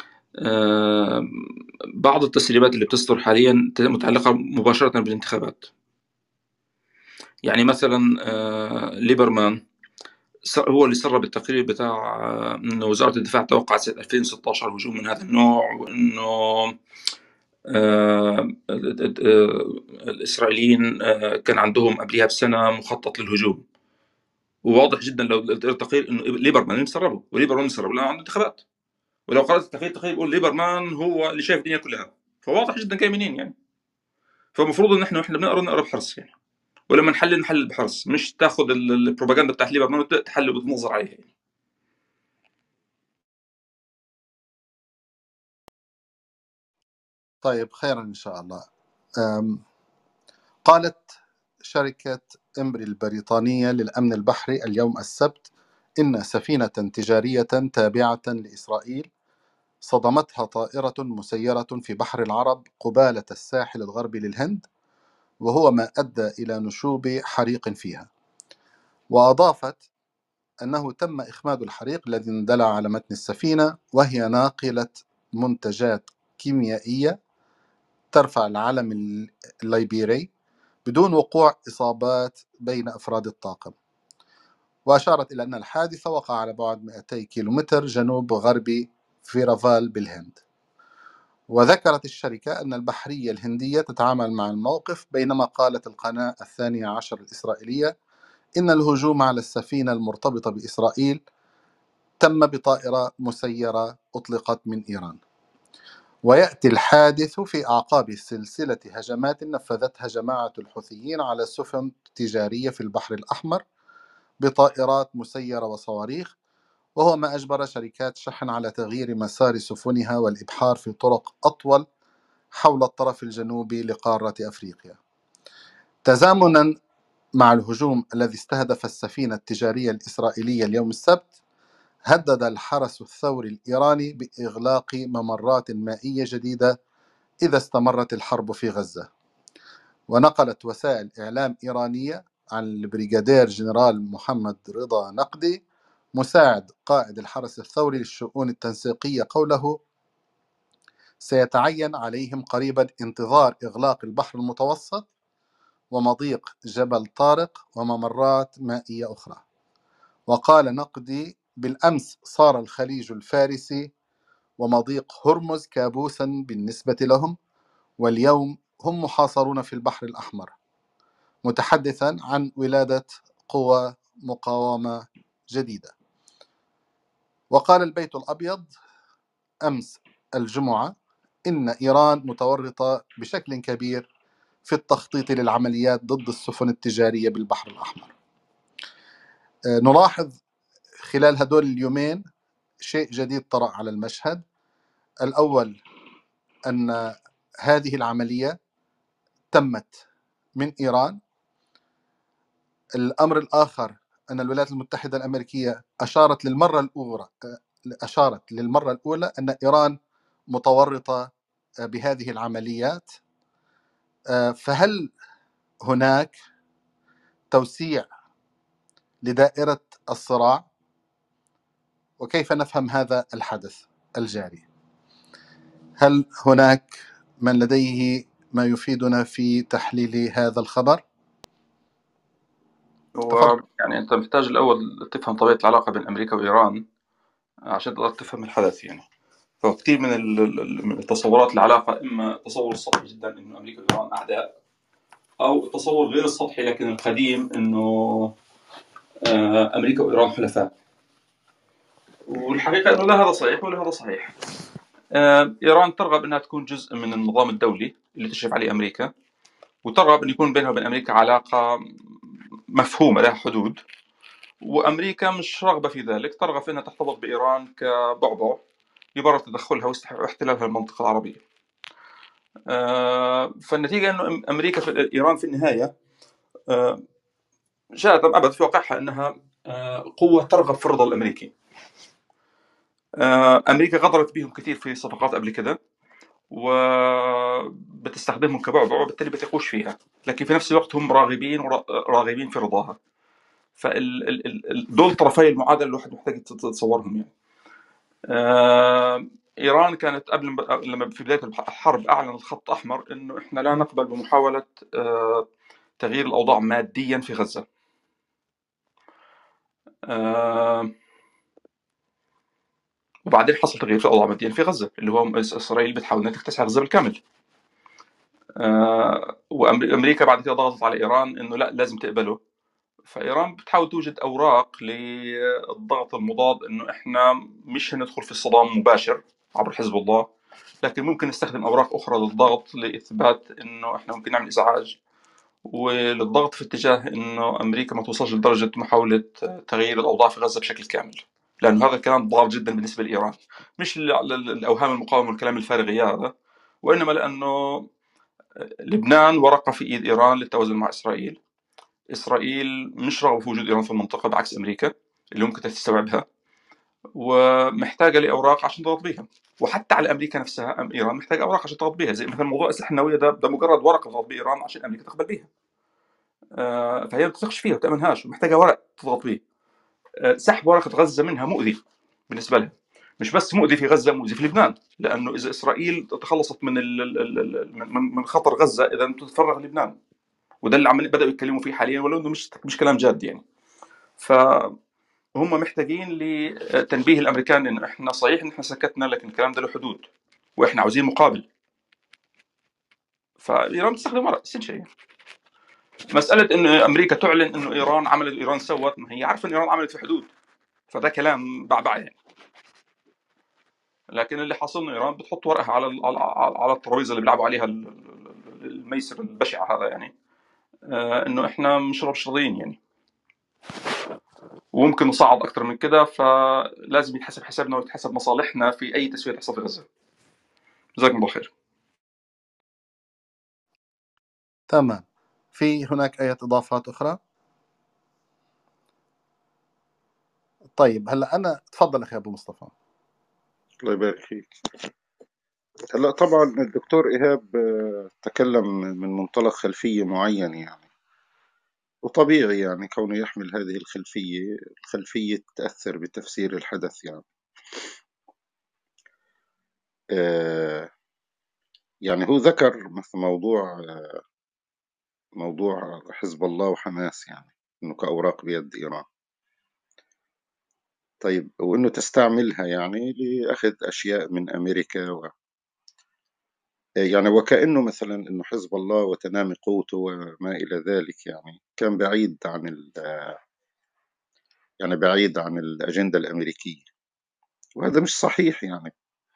بعض التسريبات اللي بتصدر حاليا متعلقة مباشرة بالانتخابات. يعني مثلا ليبرمان هو اللي سرب التقرير بتاع انه وزارة الدفاع توقعت سنة ألفين وستة عشر هجوم من هذا النوع، وانه الإسرائيليين كان عندهم قبلها بسنة مخطط للهجوم. وواضح جدا لو التقرير انه ليبرمان اللي مسربه، وليبرمان مسرب لانه عنده انتخابات. ولو قرأت التقرير التقرير يقول ليبرمان هو اللي شايف الدنيا كلها، فواضح جدا جاي منين يعني. فالمفروض ان احنا احنا بنقرا نقرا بحرص يعني، ولما نحلل نحلل بحرص، مش تاخذ البروباغندا بتاعت ليبرمان وتحلل وتنظر عليها يعني. طيب خيرا إن شاء الله. قالت شركة إمبري البريطانية للأمن البحري اليوم السبت إن سفينة تجارية تابعة لإسرائيل صدمتها طائرة مسيرة في بحر العرب قبالة الساحل الغربي للهند، وهو ما أدى إلى نشوب حريق فيها. وأضافت أنه تم إخماد الحريق الذي اندلع على متن السفينة، وهي ناقلة منتجات كيميائية ترفع العلم الليبيري بدون وقوع إصابات بين أفراد الطاقم. وأشارت إلى أن الحادث وقع على بعد مئتي كيلومتر جنوب غربي فيرافال بالهند. وذكرت الشركة أن البحرية الهندية تتعامل مع الموقف، بينما قالت القناة الثانية عشر الإسرائيلية إن الهجوم على السفينة المرتبطة بإسرائيل تم بطائرة مسيرة أطلقت من إيران. ويأتي الحادث في أعقاب سلسلة هجمات نفذتها جماعة الحوثيين على سفن تجارية في البحر الأحمر بطائرات مسيرة وصواريخ، وهو ما أجبر شركات شحن على تغيير مسار سفنها والإبحار في طرق أطول حول الطرف الجنوبي لقارة أفريقيا. تزامنا مع الهجوم الذي استهدف السفينة التجارية الإسرائيلية اليوم السبت، هدد الحرس الثوري الإيراني بإغلاق ممرات مائية جديدة إذا استمرت الحرب في غزة. ونقلت وسائل إعلام إيرانية عن البريغادير جنرال محمد رضا نقدي مساعد قائد الحرس الثوري للشؤون التنسيقية قوله: سيتعين عليهم قريبا انتظار إغلاق البحر المتوسط ومضيق جبل طارق وممرات مائية أخرى. وقال نقدي: بالأمس صار الخليج الفارسي ومضيق هرمز كابوسا بالنسبة لهم، واليوم هم محاصرون في البحر الأحمر، متحدثا عن ولادة قوى مقاومة جديدة. وقال البيت الأبيض أمس الجمعة إن إيران متورطة بشكل كبير في التخطيط للعمليات ضد السفن التجارية بالبحر الأحمر. نلاحظ خلال هدول اليومين شيء جديد طرأ على المشهد. الأول أن هذه العملية تمت من إيران. الأمر الآخر أن الولايات المتحدة الأمريكية أشارت للمرة الأولى أشارت للمرة الأولى أن إيران متورطة بهذه العمليات. فهل هناك توسيع لدائرة الصراع؟ وكيف نفهم هذا الحدث الجاري؟ هل هناك من لديه ما يفيدنا في تحليل هذا الخبر؟ هو يعني أنت محتاج الأول تفهم طبيعة العلاقة بين أمريكا وإيران عشان تقدر تفهم الحدث يعني. فكثير من من التصورات العلاقة إما تصور سطحي جدا إنه أمريكا وإيران أعداء، أو تصور غير السطحي لكن القديم إنه أمريكا وإيران حلفاء. والحقيقة إنه لا هذا صحيح ولا هذا صحيح. إيران ترغب أنها تكون جزء من النظام الدولي اللي تشرف عليه أمريكا، وترغب أن يكون بينها وبين أمريكا علاقة مفهومة لها حدود، وأمريكا مش رغبة في ذلك، ترغب في أنها تحتفظ بإيران كبعبع لبرر تدخلها واحتلالها المنطقة العربية. فالنتيجة أنه أمريكا في إيران في النهاية شاءت أم أبت في واقعها أنها قوة ترغب في الرضا الأمريكي. أمريكا غدرت بهم كثير في صفقات قبل كده وبتستخدمهم كبعبع وبالتالي بتقوش فيها، لكن في نفس الوقت هم راغبين وراغبين في رضاها. فدول طرفي المعادلة الواحد محتاج تتصورهم يعني. إيران كانت قبل لما في بداية الحرب أعلنت خط أحمر إنه إحنا لا نقبل بمحاولة تغيير الأوضاع ماديا في غزة. وبعدين حصل تغيير في الأوضاع ماديا في غزة، اللي هو إسرائيل بتحاول أن تكتسح غزة بالكامل. وأمريكا بعد كده ضغطت على إيران إنه لا لازم تقبله. فإيران بتحاول توجد أوراق للضغط المضاد إنه إحنا مش هندخل في الصدام مباشر عبر حزب الله، لكن ممكن نستخدم أوراق أخرى للضغط لإثبات إنه إحنا ممكن نعمل إزعاج، وللضغط في اتجاه إنه أمريكا ما توصلش لدرجة محاولة تغيير الأوضاع في غزة بشكل كامل، لأنه هذا الكلام ضار جدا بالنسبة لإيران، مش للأوهام المقاومة والكلام الفارغ هذا، وإنما لأنه لبنان ورقة في إيد إيران للتوازن مع إسرائيل. إسرائيل مش رغبة في وجود إيران في المنطقة بعكس أمريكا اللي ممكن تستوعبها، ومحتاجة لأوراق عشان تضغط بيها. وحتى على أمريكا نفسها أم إيران محتاجة أوراق عشان تضغط بيها، زي مثلا موضوع الأسلحة النووية ده, ده مجرد ورقة تضغط بيه إيران عشان أمريكا تقبل بيها. آه فهي ما بتثقش فيها وتأمنهاش ومحتاجة ورق تضغط بيه. آه سحب ورقة غزة منها مؤذي بالنسبة لها، مش بس مؤذي في غزة، مؤذي في لبنان، لأنه إذا إسرائيل تخلصت من من خطر غزة إذا تتفرغ لبنان، وده اللي عمالين بدأوا يتكلموا فيه حاليا ولو إنه مش مش كلام جاد يعني. فهم محتاجين لتنبيه الأمريكان إنه إحنا صحيح إن إحنا سكتنا لكن الكلام ده له حدود وإحنا عاوزين مقابل. فإيران تستخدم ورق سن شيء. مسألة إنه أمريكا تعلن إنه إيران عملت وإيران سوت، ما هي عارفة إن إيران عملت في حدود، فده كلام بعبع يعني. لكن اللي حاصلنا ايران بتحط ورقها على ال- على على الترابيزه اللي بيلعبوا عليها ال- ال- الميسر البشع هذا يعني، آه، انه احنا مش مش راضيين يعني، وممكن نصعد اكثر من كده، فلازم يتحسب حسابنا ويتحسب مصالحنا في اي تسويه تحصل في غزه. جزاكم الله خير. تمام. في هناك أي إضافات أخرى؟ طيب هلا أنا تفضل أخي أبو مصطفى. الله يبارك فيك. هلا طبعا الدكتور إيهاب آه، تكلم من منطلق خلفية معينة يعني، وطبيعي يعني كونه يحمل هذه الخلفية، الخلفية تأثر بتفسير الحدث يعني. آه، يعني هو ذكر مثل موضوع موضوع حزب الله وحماس يعني، إنه كأوراق بيد إيران. طيب وإنه تستعملها يعني لأخذ أشياء من أمريكا و... يعني وكأنه مثلا إنه حزب الله وتنامي قوته وما إلى ذلك يعني كان بعيد عن ال... يعني بعيد عن الأجندة الأمريكية، وهذا مش صحيح يعني.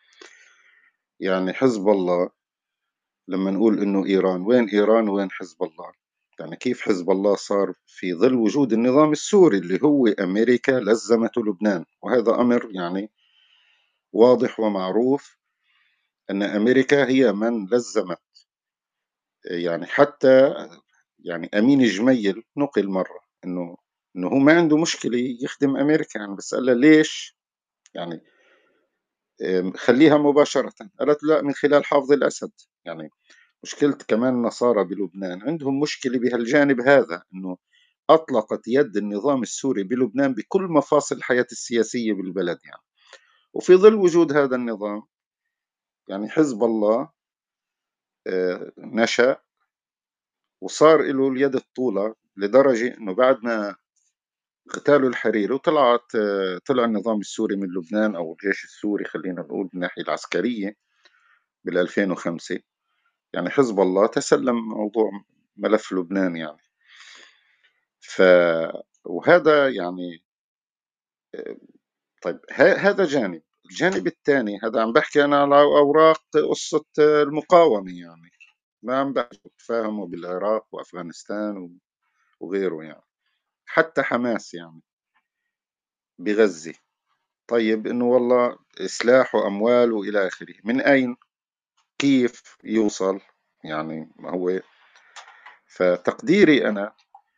يعني حزب الله لما نقول إنه إيران، وين إيران وين حزب الله؟ يعني كيف حزب الله صار في ظل وجود النظام السوري اللي هو أمريكا لزمته لبنان؟ وهذا أمر يعني واضح ومعروف أن أمريكا هي من لزمت، يعني حتى يعني أمين جميل نقل مرة إنه إنه هو ما عنده مشكلة يخدم أمريكا يعني، بس قال له ليش يعني أم، خليها مباشرة. قالت لا، من خلال حافظ الأسد. يعني مشكلة كمان النصارى بلبنان عندهم مشكلة بهالجانب هذا، إنه أطلقت يد النظام السوري بلبنان بكل مفاصل الحياة السياسية بالبلد يعني. وفي ظل وجود هذا النظام يعني حزب الله آه، نشأ وصار له اليد الطولة، لدرجة إنه بعد ما اغتالوا الحريري وطلعت آه، طلع النظام السوري من لبنان أو الجيش السوري خلينا نقول من الناحية العسكرية بال ألفين وخمسة، يعني حزب الله تسلم موضوع ملف لبنان يعني. ف وهذا يعني آه، طيب ه- هذا جانب. الجانب الثاني هذا عم بحكي أنا على أوراق قصة آه، المقاومة يعني، ما عم بحكي تفاهموا بالعراق وأفغانستان وغيره يعني، حتى حماس يعني بغزة. طيب إنه والله سلاح وأموال وإلى آخره، من أين كيف يوصل يعني؟ ما هو فتقديري أنا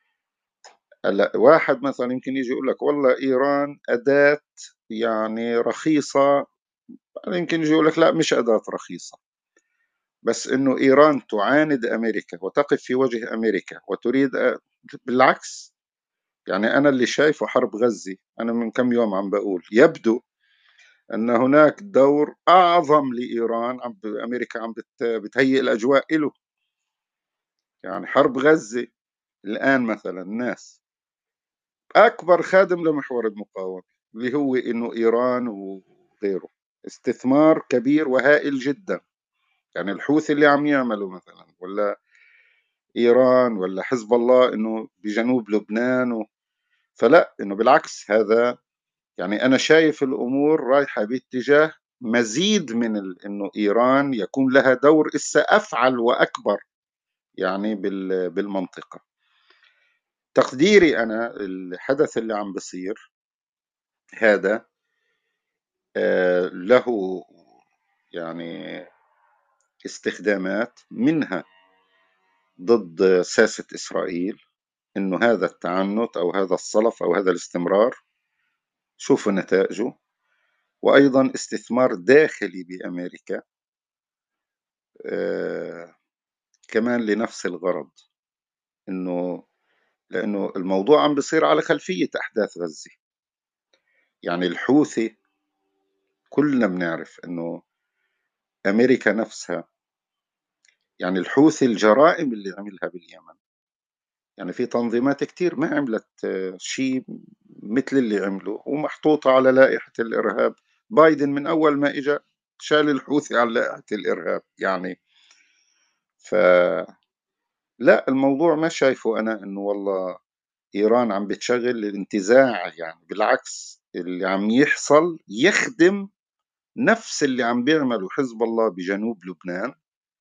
هلا واحد مثلا يمكن يجي يقول لك والله إيران أداة يعني رخيصة، يمكن يجي يقول لك لا مش أداة رخيصة، بس إنه إيران تعاند أمريكا وتقف في وجه أمريكا وتريد أ... بالعكس. يعني أنا اللي شايفه حرب غزة، أنا من كم يوم عم بقول يبدو أن هناك دور أعظم لإيران، عم أمريكا عم بت... بتهيئ الأجواء له. يعني حرب غزة الآن مثلا الناس أكبر خادم لمحور المقاومة اللي هو إنه إيران وغيره، استثمار كبير وهائل جدا. يعني الحوثي اللي عم يعمله مثلا، ولا إيران، ولا حزب الله إنه بجنوب لبنان و... فلا إنه بالعكس هذا يعني أنا شايف الأمور رايحة باتجاه مزيد من ال... إنه إيران يكون لها دور إسا أفعل وأكبر يعني بال... بالمنطقة. تقديري أنا الحدث اللي عم بصير هذا آه له يعني استخدامات، منها ضد ساسة إسرائيل، إنه هذا التعنت أو هذا الصلف أو هذا الاستمرار شوفوا نتائجه، وأيضا استثمار داخلي بأمريكا آه كمان لنفس الغرض. إنه لأنه الموضوع عم بصير على خلفية أحداث غزة. يعني الحوثي كلنا بنعرف إنه أمريكا نفسها، يعني الحوثي الجرائم اللي عملها باليمن، يعني في تنظيمات كتير ما عملت شيء مثل اللي عمله ومحطوطة على لائحة الإرهاب. بايدن من أول ما إجا شال الحوثي على لائحة الإرهاب يعني. ف لا الموضوع ما شايفه أنا إنه والله إيران عم بتشغل الانتزاع، يعني بالعكس اللي عم يحصل يخدم نفس اللي عم بيعمله حزب الله بجنوب لبنان،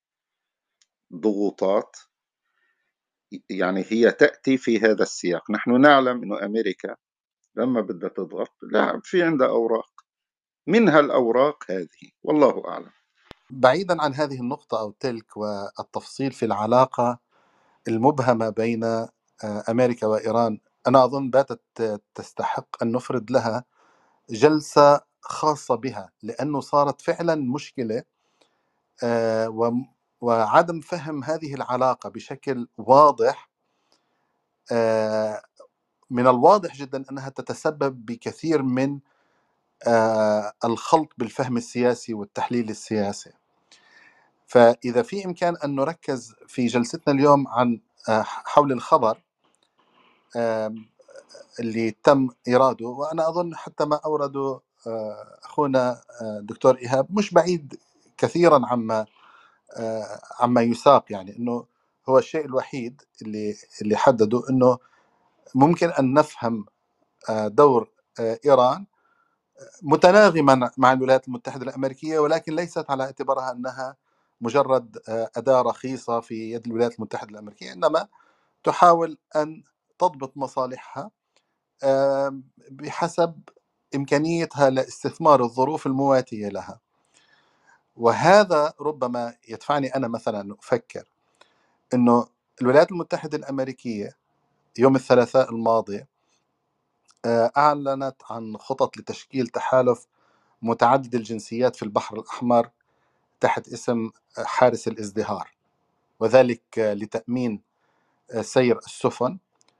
ضغوطات، يعني هي تأتي في هذا السياق. نحن نعلم أنه أمريكا لما بدها تضغط لا في عندها أوراق، منها الأوراق هذه، والله أعلم. بعيدا عن هذه النقطة أو تلك والتفصيل في العلاقة المبهمة بين آه، أمريكا وإيران، أنا أظن باتت تستحق أن نفرد لها جلسة خاصة بها، لأنه صارت فعلا مشكلة، آه، وم- وعدم فهم هذه العلاقة بشكل واضح. آه، من الواضح جدا أنها تتسبب بكثير من آه، الخلط بالفهم السياسي والتحليل السياسي. فإذا في إمكان أن نركز في جلستنا اليوم عن آه، حول الخبر آم، اللي تم إيراده، وأنا أظن حتى ما أورده آه، أخونا آه، دكتور إيهاب مش بعيد كثيرا عما آه، عما يساق، يعني أنه هو الشيء الوحيد اللي اللي حدده أنه ممكن أن نفهم آه، دور آه، إيران متناغما مع الولايات المتحدة الأمريكية، ولكن ليست على اعتبارها أنها مجرد آه، أداة رخيصة في يد الولايات المتحدة الأمريكية، إنما تحاول أن تضبط مصالحها آه، بحسب إمكانيتها لاستثمار الظروف المواتية لها. وهذا ربما يدفعني أنا مثلا أفكر أنه الولايات المتحدة الأمريكية يوم الثلاثاء الماضي آه، أعلنت عن خطط لتشكيل تحالف متعدد الجنسيات في البحر الأحمر تحت اسم حارس الازدهار، وذلك لتأمين سير السفن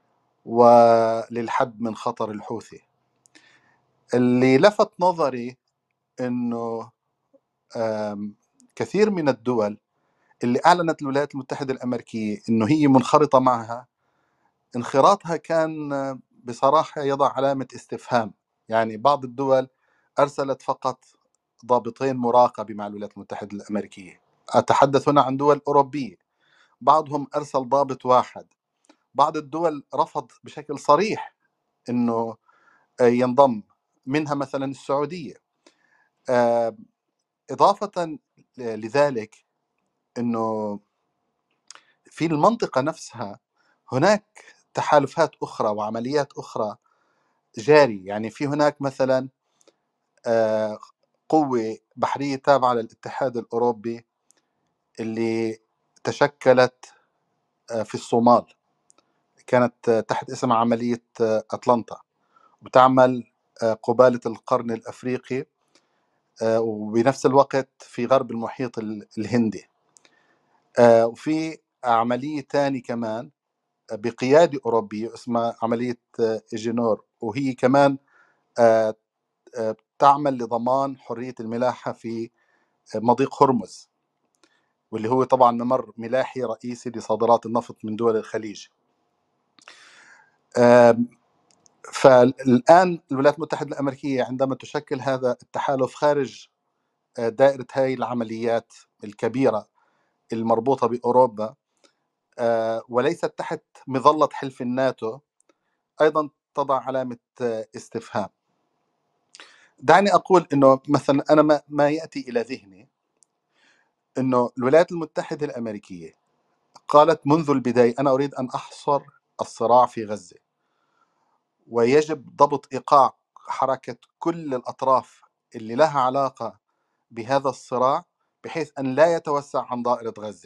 وللحد من خطر الحوثي. اللي لفت نظري أنه آم، كثير من الدول اللي أعلنت الولايات المتحدة الأمريكية أنه هي منخرطة معها، انخراطها كان بصراحة يضع علامة استفهام. يعني بعض الدول أرسلت فقط ضابطين مراقبة مع الولايات المتحدة الأمريكية، أتحدث هنا عن دول أوروبية، بعضهم أرسل ضابط واحد، بعض الدول رفض بشكل صريح أنه ينضم، منها مثلا السعودية. آه، إضافة لذلك أنه في المنطقة نفسها هناك تحالفات أخرى وعمليات أخرى جاري. يعني في هناك مثلا آه، قوة بحرية تابعة للاتحاد الأوروبي اللي تشكلت آه، في الصومال، كانت آه، تحت اسم عملية آه، أتلانتا، وتعمل آه، قبالة القرن الأفريقي آه، وبنفس الوقت في غرب المحيط ال- الهندي. آه، وفي عملية تاني كمان آه، بقيادة أوروبية اسمها عملية آه، إيجينور، وهي كمان آه، آه، تعمل لضمان حرية الملاحة في آه، مضيق هرمز، واللي هو طبعا ممر ملاحي رئيسي لصادرات النفط من دول الخليج. آم، فالآن الولايات المتحدة الأمريكية عندما تشكل هذا التحالف خارج آه، دائرة هاي العمليات الكبيرة المربوطة بأوروبا آه، وليست تحت مظلة حلف الناتو، أيضا تضع علامة آه، استفهام. دعني أقول أنه مثلا أنا ما, ما يأتي إلى ذهني أنه الولايات المتحدة الأمريكية قالت منذ البداية أنا أريد أن أحصر الصراع في غزة، ويجب ضبط إيقاع حركة كل الأطراف اللي لها علاقة بهذا الصراع بحيث أن لا يتوسع عن دائرة غزة،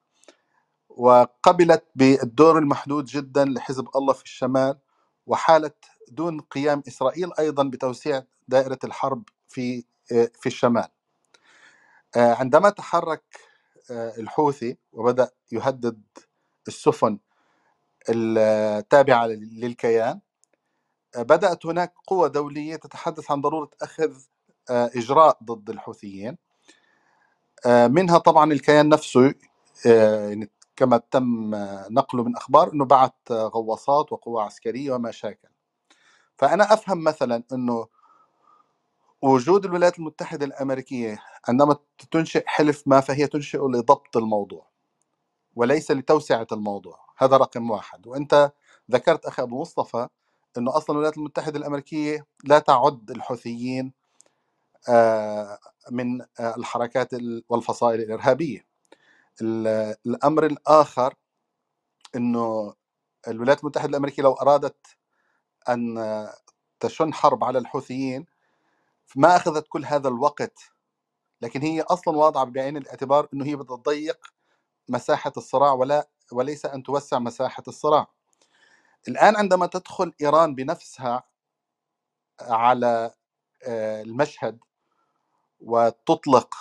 وقبلت بالدور المحدود جدا لحزب الله في الشمال، وحالة دون قيام إسرائيل أيضا بتوسيع دائرة الحرب في في الشمال. عندما تحرك الحوثي وبدأ يهدد السفن التابعة للكيان، بدأت هناك قوى دولية تتحدث عن ضرورة أخذ إجراء ضد الحوثيين، منها طبعا الكيان نفسه، يعني كما تم نقله من أخبار أنه بعت غواصات وقوى عسكرية وما شاكل. فأنا أفهم مثلا أنه وجود الولايات المتحدة الأمريكية عندما تنشئ حلف ما فهي تنشئه لضبط الموضوع وليس لتوسعة الموضوع، هذا رقم واحد. وأنت ذكرت أخي أبو مصطفى أنه أصلا الولايات المتحدة الأمريكية لا تعد الحوثيين من الحركات والفصائل الإرهابية. الأمر الآخر أنه الولايات المتحدة الأمريكية لو أرادت أن تشن حرب على الحوثيين ما أخذت كل هذا الوقت، لكن هي أصلا واضعة بعين الاعتبار أنه هي بدها تضيق مساحة الصراع ولا وليس أن توسع مساحة الصراع. الآن عندما تدخل إيران بنفسها على المشهد وتطلق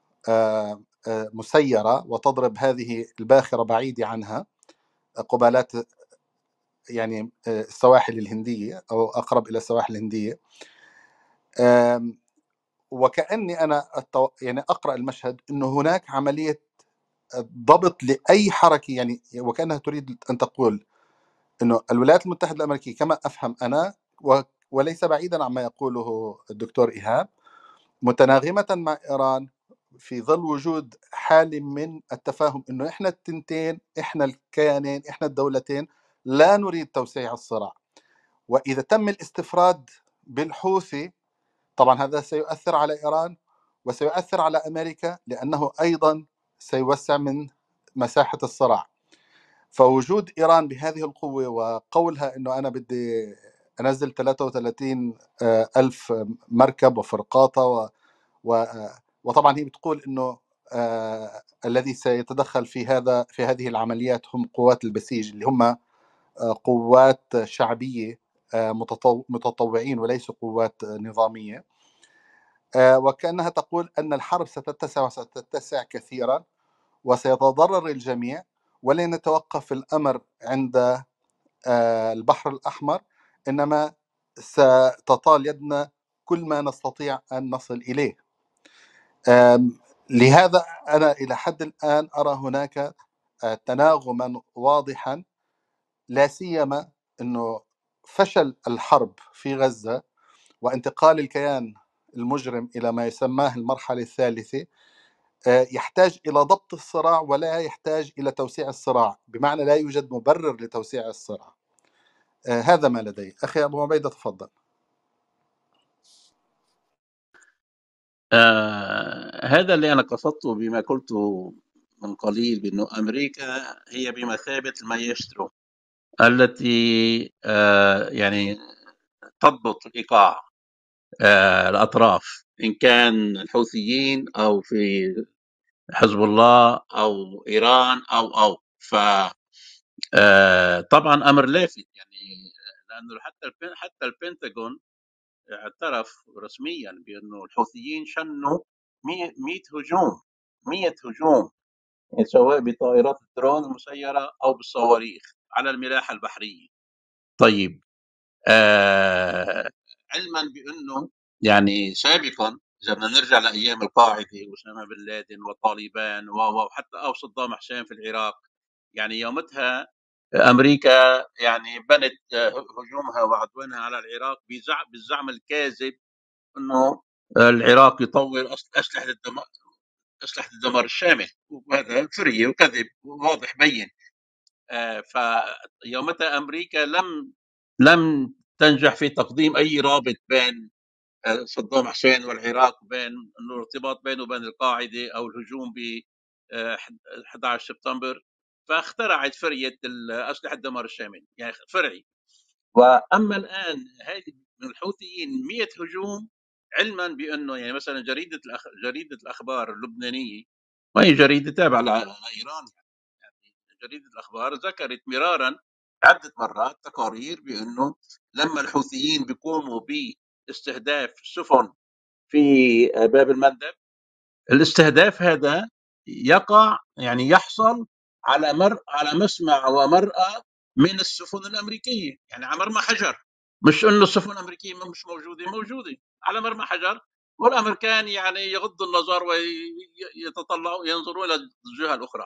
مسيرة وتضرب هذه الباخرة بعيدة عنها قبالات يعني السواحل الهندية أو أقرب إلى السواحل الهندية، وكأني أنا يعني أقرأ المشهد أنه هناك عملية ضبط لأي حركة، يعني وكأنها تريد أن تقول أنه الولايات المتحدة الأمريكية كما أفهم أنا، وليس بعيدا عما يقوله الدكتور إيهاب، متناغمة مع إيران في ظل وجود حالة من التفاهم أنه إحنا التنتين، إحنا الكيانين، إحنا الدولتين لا نريد توسيع الصراع. وإذا تم الاستفراد بالحوثي طبعا هذا سيؤثر على إيران وسيؤثر على أمريكا، لأنه أيضا سيوسع من مساحة الصراع. فوجود إيران بهذه القوة وقولها أنه أنا بدي أنزل ثلاثة وثلاثين ألف مركب وفرقاطة و... و... وطبعا هي بتقول أنه آه الذي سيتدخل في هذا في هذه العمليات هم قوات البسيج اللي هم آه قوات شعبية آه متطو... متطوعين وليس قوات آه نظامية. آه وكأنها تقول أن الحرب ستتسع وستتسع كثيرا وسيتضرر الجميع، ولن يتوقف الأمر عند آه البحر الأحمر، إنما ستطال يدنا كل ما نستطيع أن نصل إليه. لهذا أنا إلى حد الآن أرى هناك تناغما واضحا، لا سيما أنه فشل الحرب في غزة وانتقال الكيان المجرم إلى ما يسماه المرحلة الثالثة يحتاج إلى ضبط الصراع ولا يحتاج إلى توسيع الصراع، بمعنى لا يوجد مبرر لتوسيع الصراع. هذا ما لدي. أخي أبو عبيدة تفضل. آه هذا اللي أنا قصدته بما قلته من قليل، بأنه أمريكا هي بمثابة المايسترو التي آه يعني تضبط الإيقاع آه الأطراف، إن كان الحوثيين أو في حزب الله أو إيران أو أو ف آه طبعا أمر لافت، يعني لأنه حتى حتى البنتاغون اعترف رسميا بأنه الحوثيين شنوا مئة هجوم مئة هجوم يعني سواء بطائرات الدرون المسيرة أو بالصواريخ على الملاحة البحرية. طيب آه علما بأنه يعني سابقا إذا بدنا نرجع لأيام القاعدة وأسامة بن لادن وطالبان وحتى أو صدام حسين في العراق، يعني يومتها أمريكا يعني بنت هجومها وعدوانها على العراق بالزعم الكاذب انه العراق يطور اسلحه الدمار اسلحه الدمار الشامل، وهذا فريه وكذب واضح بين. آه فيومتها امريكا لم لم تنجح في تقديم اي رابط بين آه صدام حسين والعراق، بين انه الارتباط بينه وبين القاعده او الهجوم ب آه أحد عشر سبتمبر، فاخترعت فريه اسلحه الدمار الشامل يعني فرعي. واما الان هذه من الحوثيين مئة هجوم، علما بانه يعني مثلا جريده الأخ... جريده الاخبار اللبنانيه وهي جريده تابعه لايران، يعني جريده الاخبار ذكرت مرارا عده مرات تقارير بانه لما الحوثيين بيقوموا باستهداف سفن في باب المندب، الاستهداف هذا يقع يعني يحصل على مر على مسمع ومرأى من السفن الامريكيه، يعني على مرمى حجر، مش انه السفن الامريكيه مش موجوده موجوده على مرمى حجر، والامريكان يعني يغضوا النظر ويتطلعوا ينظرون الى الجهه الاخرى.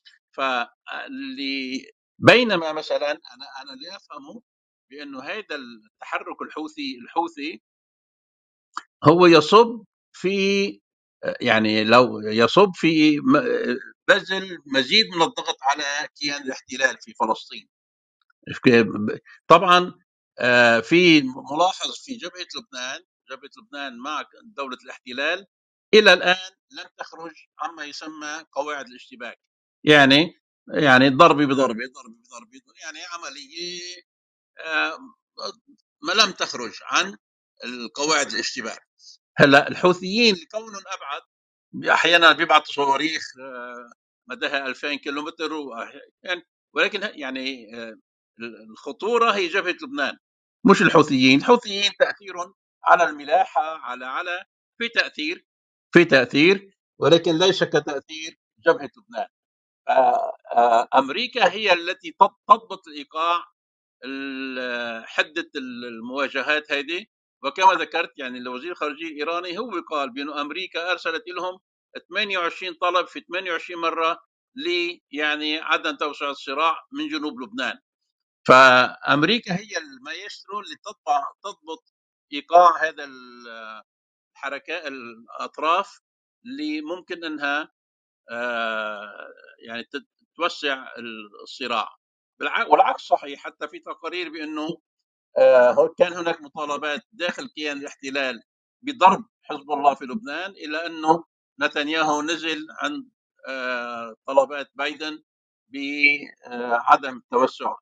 فاللي بينما مثلا انا انا اللي افهمه بانه هذا التحرك الحوثي الحوثي هو يصب في يعني لو يصب في بذل مزيد من الضغط على كيان الاحتلال في فلسطين. طبعا في ملاحظ في جبهة لبنان جبهة لبنان مع دولة الاحتلال إلى الآن لم تخرج عما يسمى قواعد الاشتباك. يعني يعني ضربة بضربة ضربة بضربة يعني عملية ما لم تخرج عن القواعد الاشتباك. هلا الحوثيين لكونهم أبعد أحيانا بيبعثوا صواريخ مداها ألفين كيلومتر يعني، ولكن يعني الخطورة هي جبهة لبنان مش الحوثيين. الحوثيين تأثيرهم على الملاحة على على في تأثير في تأثير ولكن ليس كتأثير جبهة لبنان. أمريكا هي التي تضبط الإيقاع حدة المواجهات هذه. وكما ذكرت يعني وزير الخارجية الإيراني هو قال بأن أمريكا أرسلت لهم ثمانية وعشرين طلب في ثمانية وعشرين مرة ل يعني عدم توسع الصراع من جنوب لبنان. فأمريكا هي المايسترو اللي تضبط تضبط إيقاع هذا الحركات الأطراف اللي ممكن أنها يعني توسع الصراع. والعكس صحيح، حتى في تقارير بأنه كان هناك مطالبات داخل كيان الاحتلال بضرب حزب الله في لبنان، إلى أنه نتنياهو نزل عن طلبات بايدن بعدم التوسع.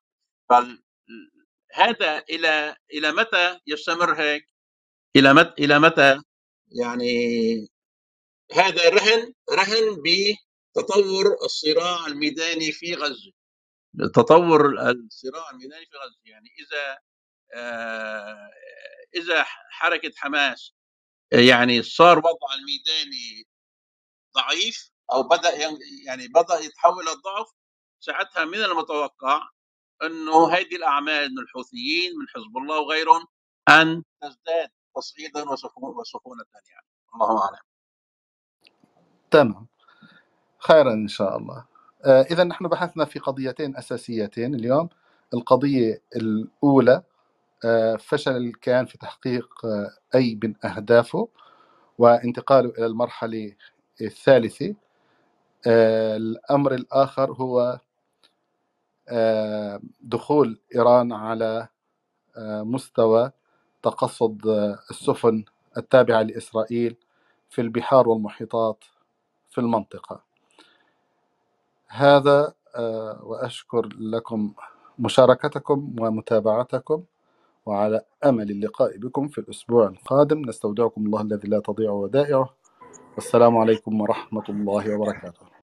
فهذا إلى إلى متى يستمر هيك؟ إلى متى إلى متى يعني هذا رهن رهن بتطور الصراع الميداني في غزة. تطور الصراع الميداني في غزة يعني إذا آه إذا حركة حماس يعني صار وضع الميداني ضعيف أو بدأ يعني بدأ يتحول الضعف، ساعتها من المتوقع أنه هذه الأعمال من الحوثيين من حزب الله وغيرهم أن تزداد تصعيدا وسخونة يعني. الله أعلم. تمام، خيرا إن شاء الله. آه إذا نحن بحثنا في قضيتين أساسيتين اليوم. القضية الأولى آه فشل الكيان في تحقيق آه أي من أهدافه وانتقاله إلى المرحلة الثالثة. آه الأمر الآخر هو آه دخول إيران على آه مستوى تقصد آه السفن التابعة لإسرائيل في البحار والمحيطات في المنطقة. هذا آه وأشكر لكم مشاركتكم ومتابعتكم، وعلى أمل اللقاء بكم في الأسبوع القادم. نستودعكم الله الذي لا تضيع ودائعه، والسلام عليكم ورحمة الله وبركاته.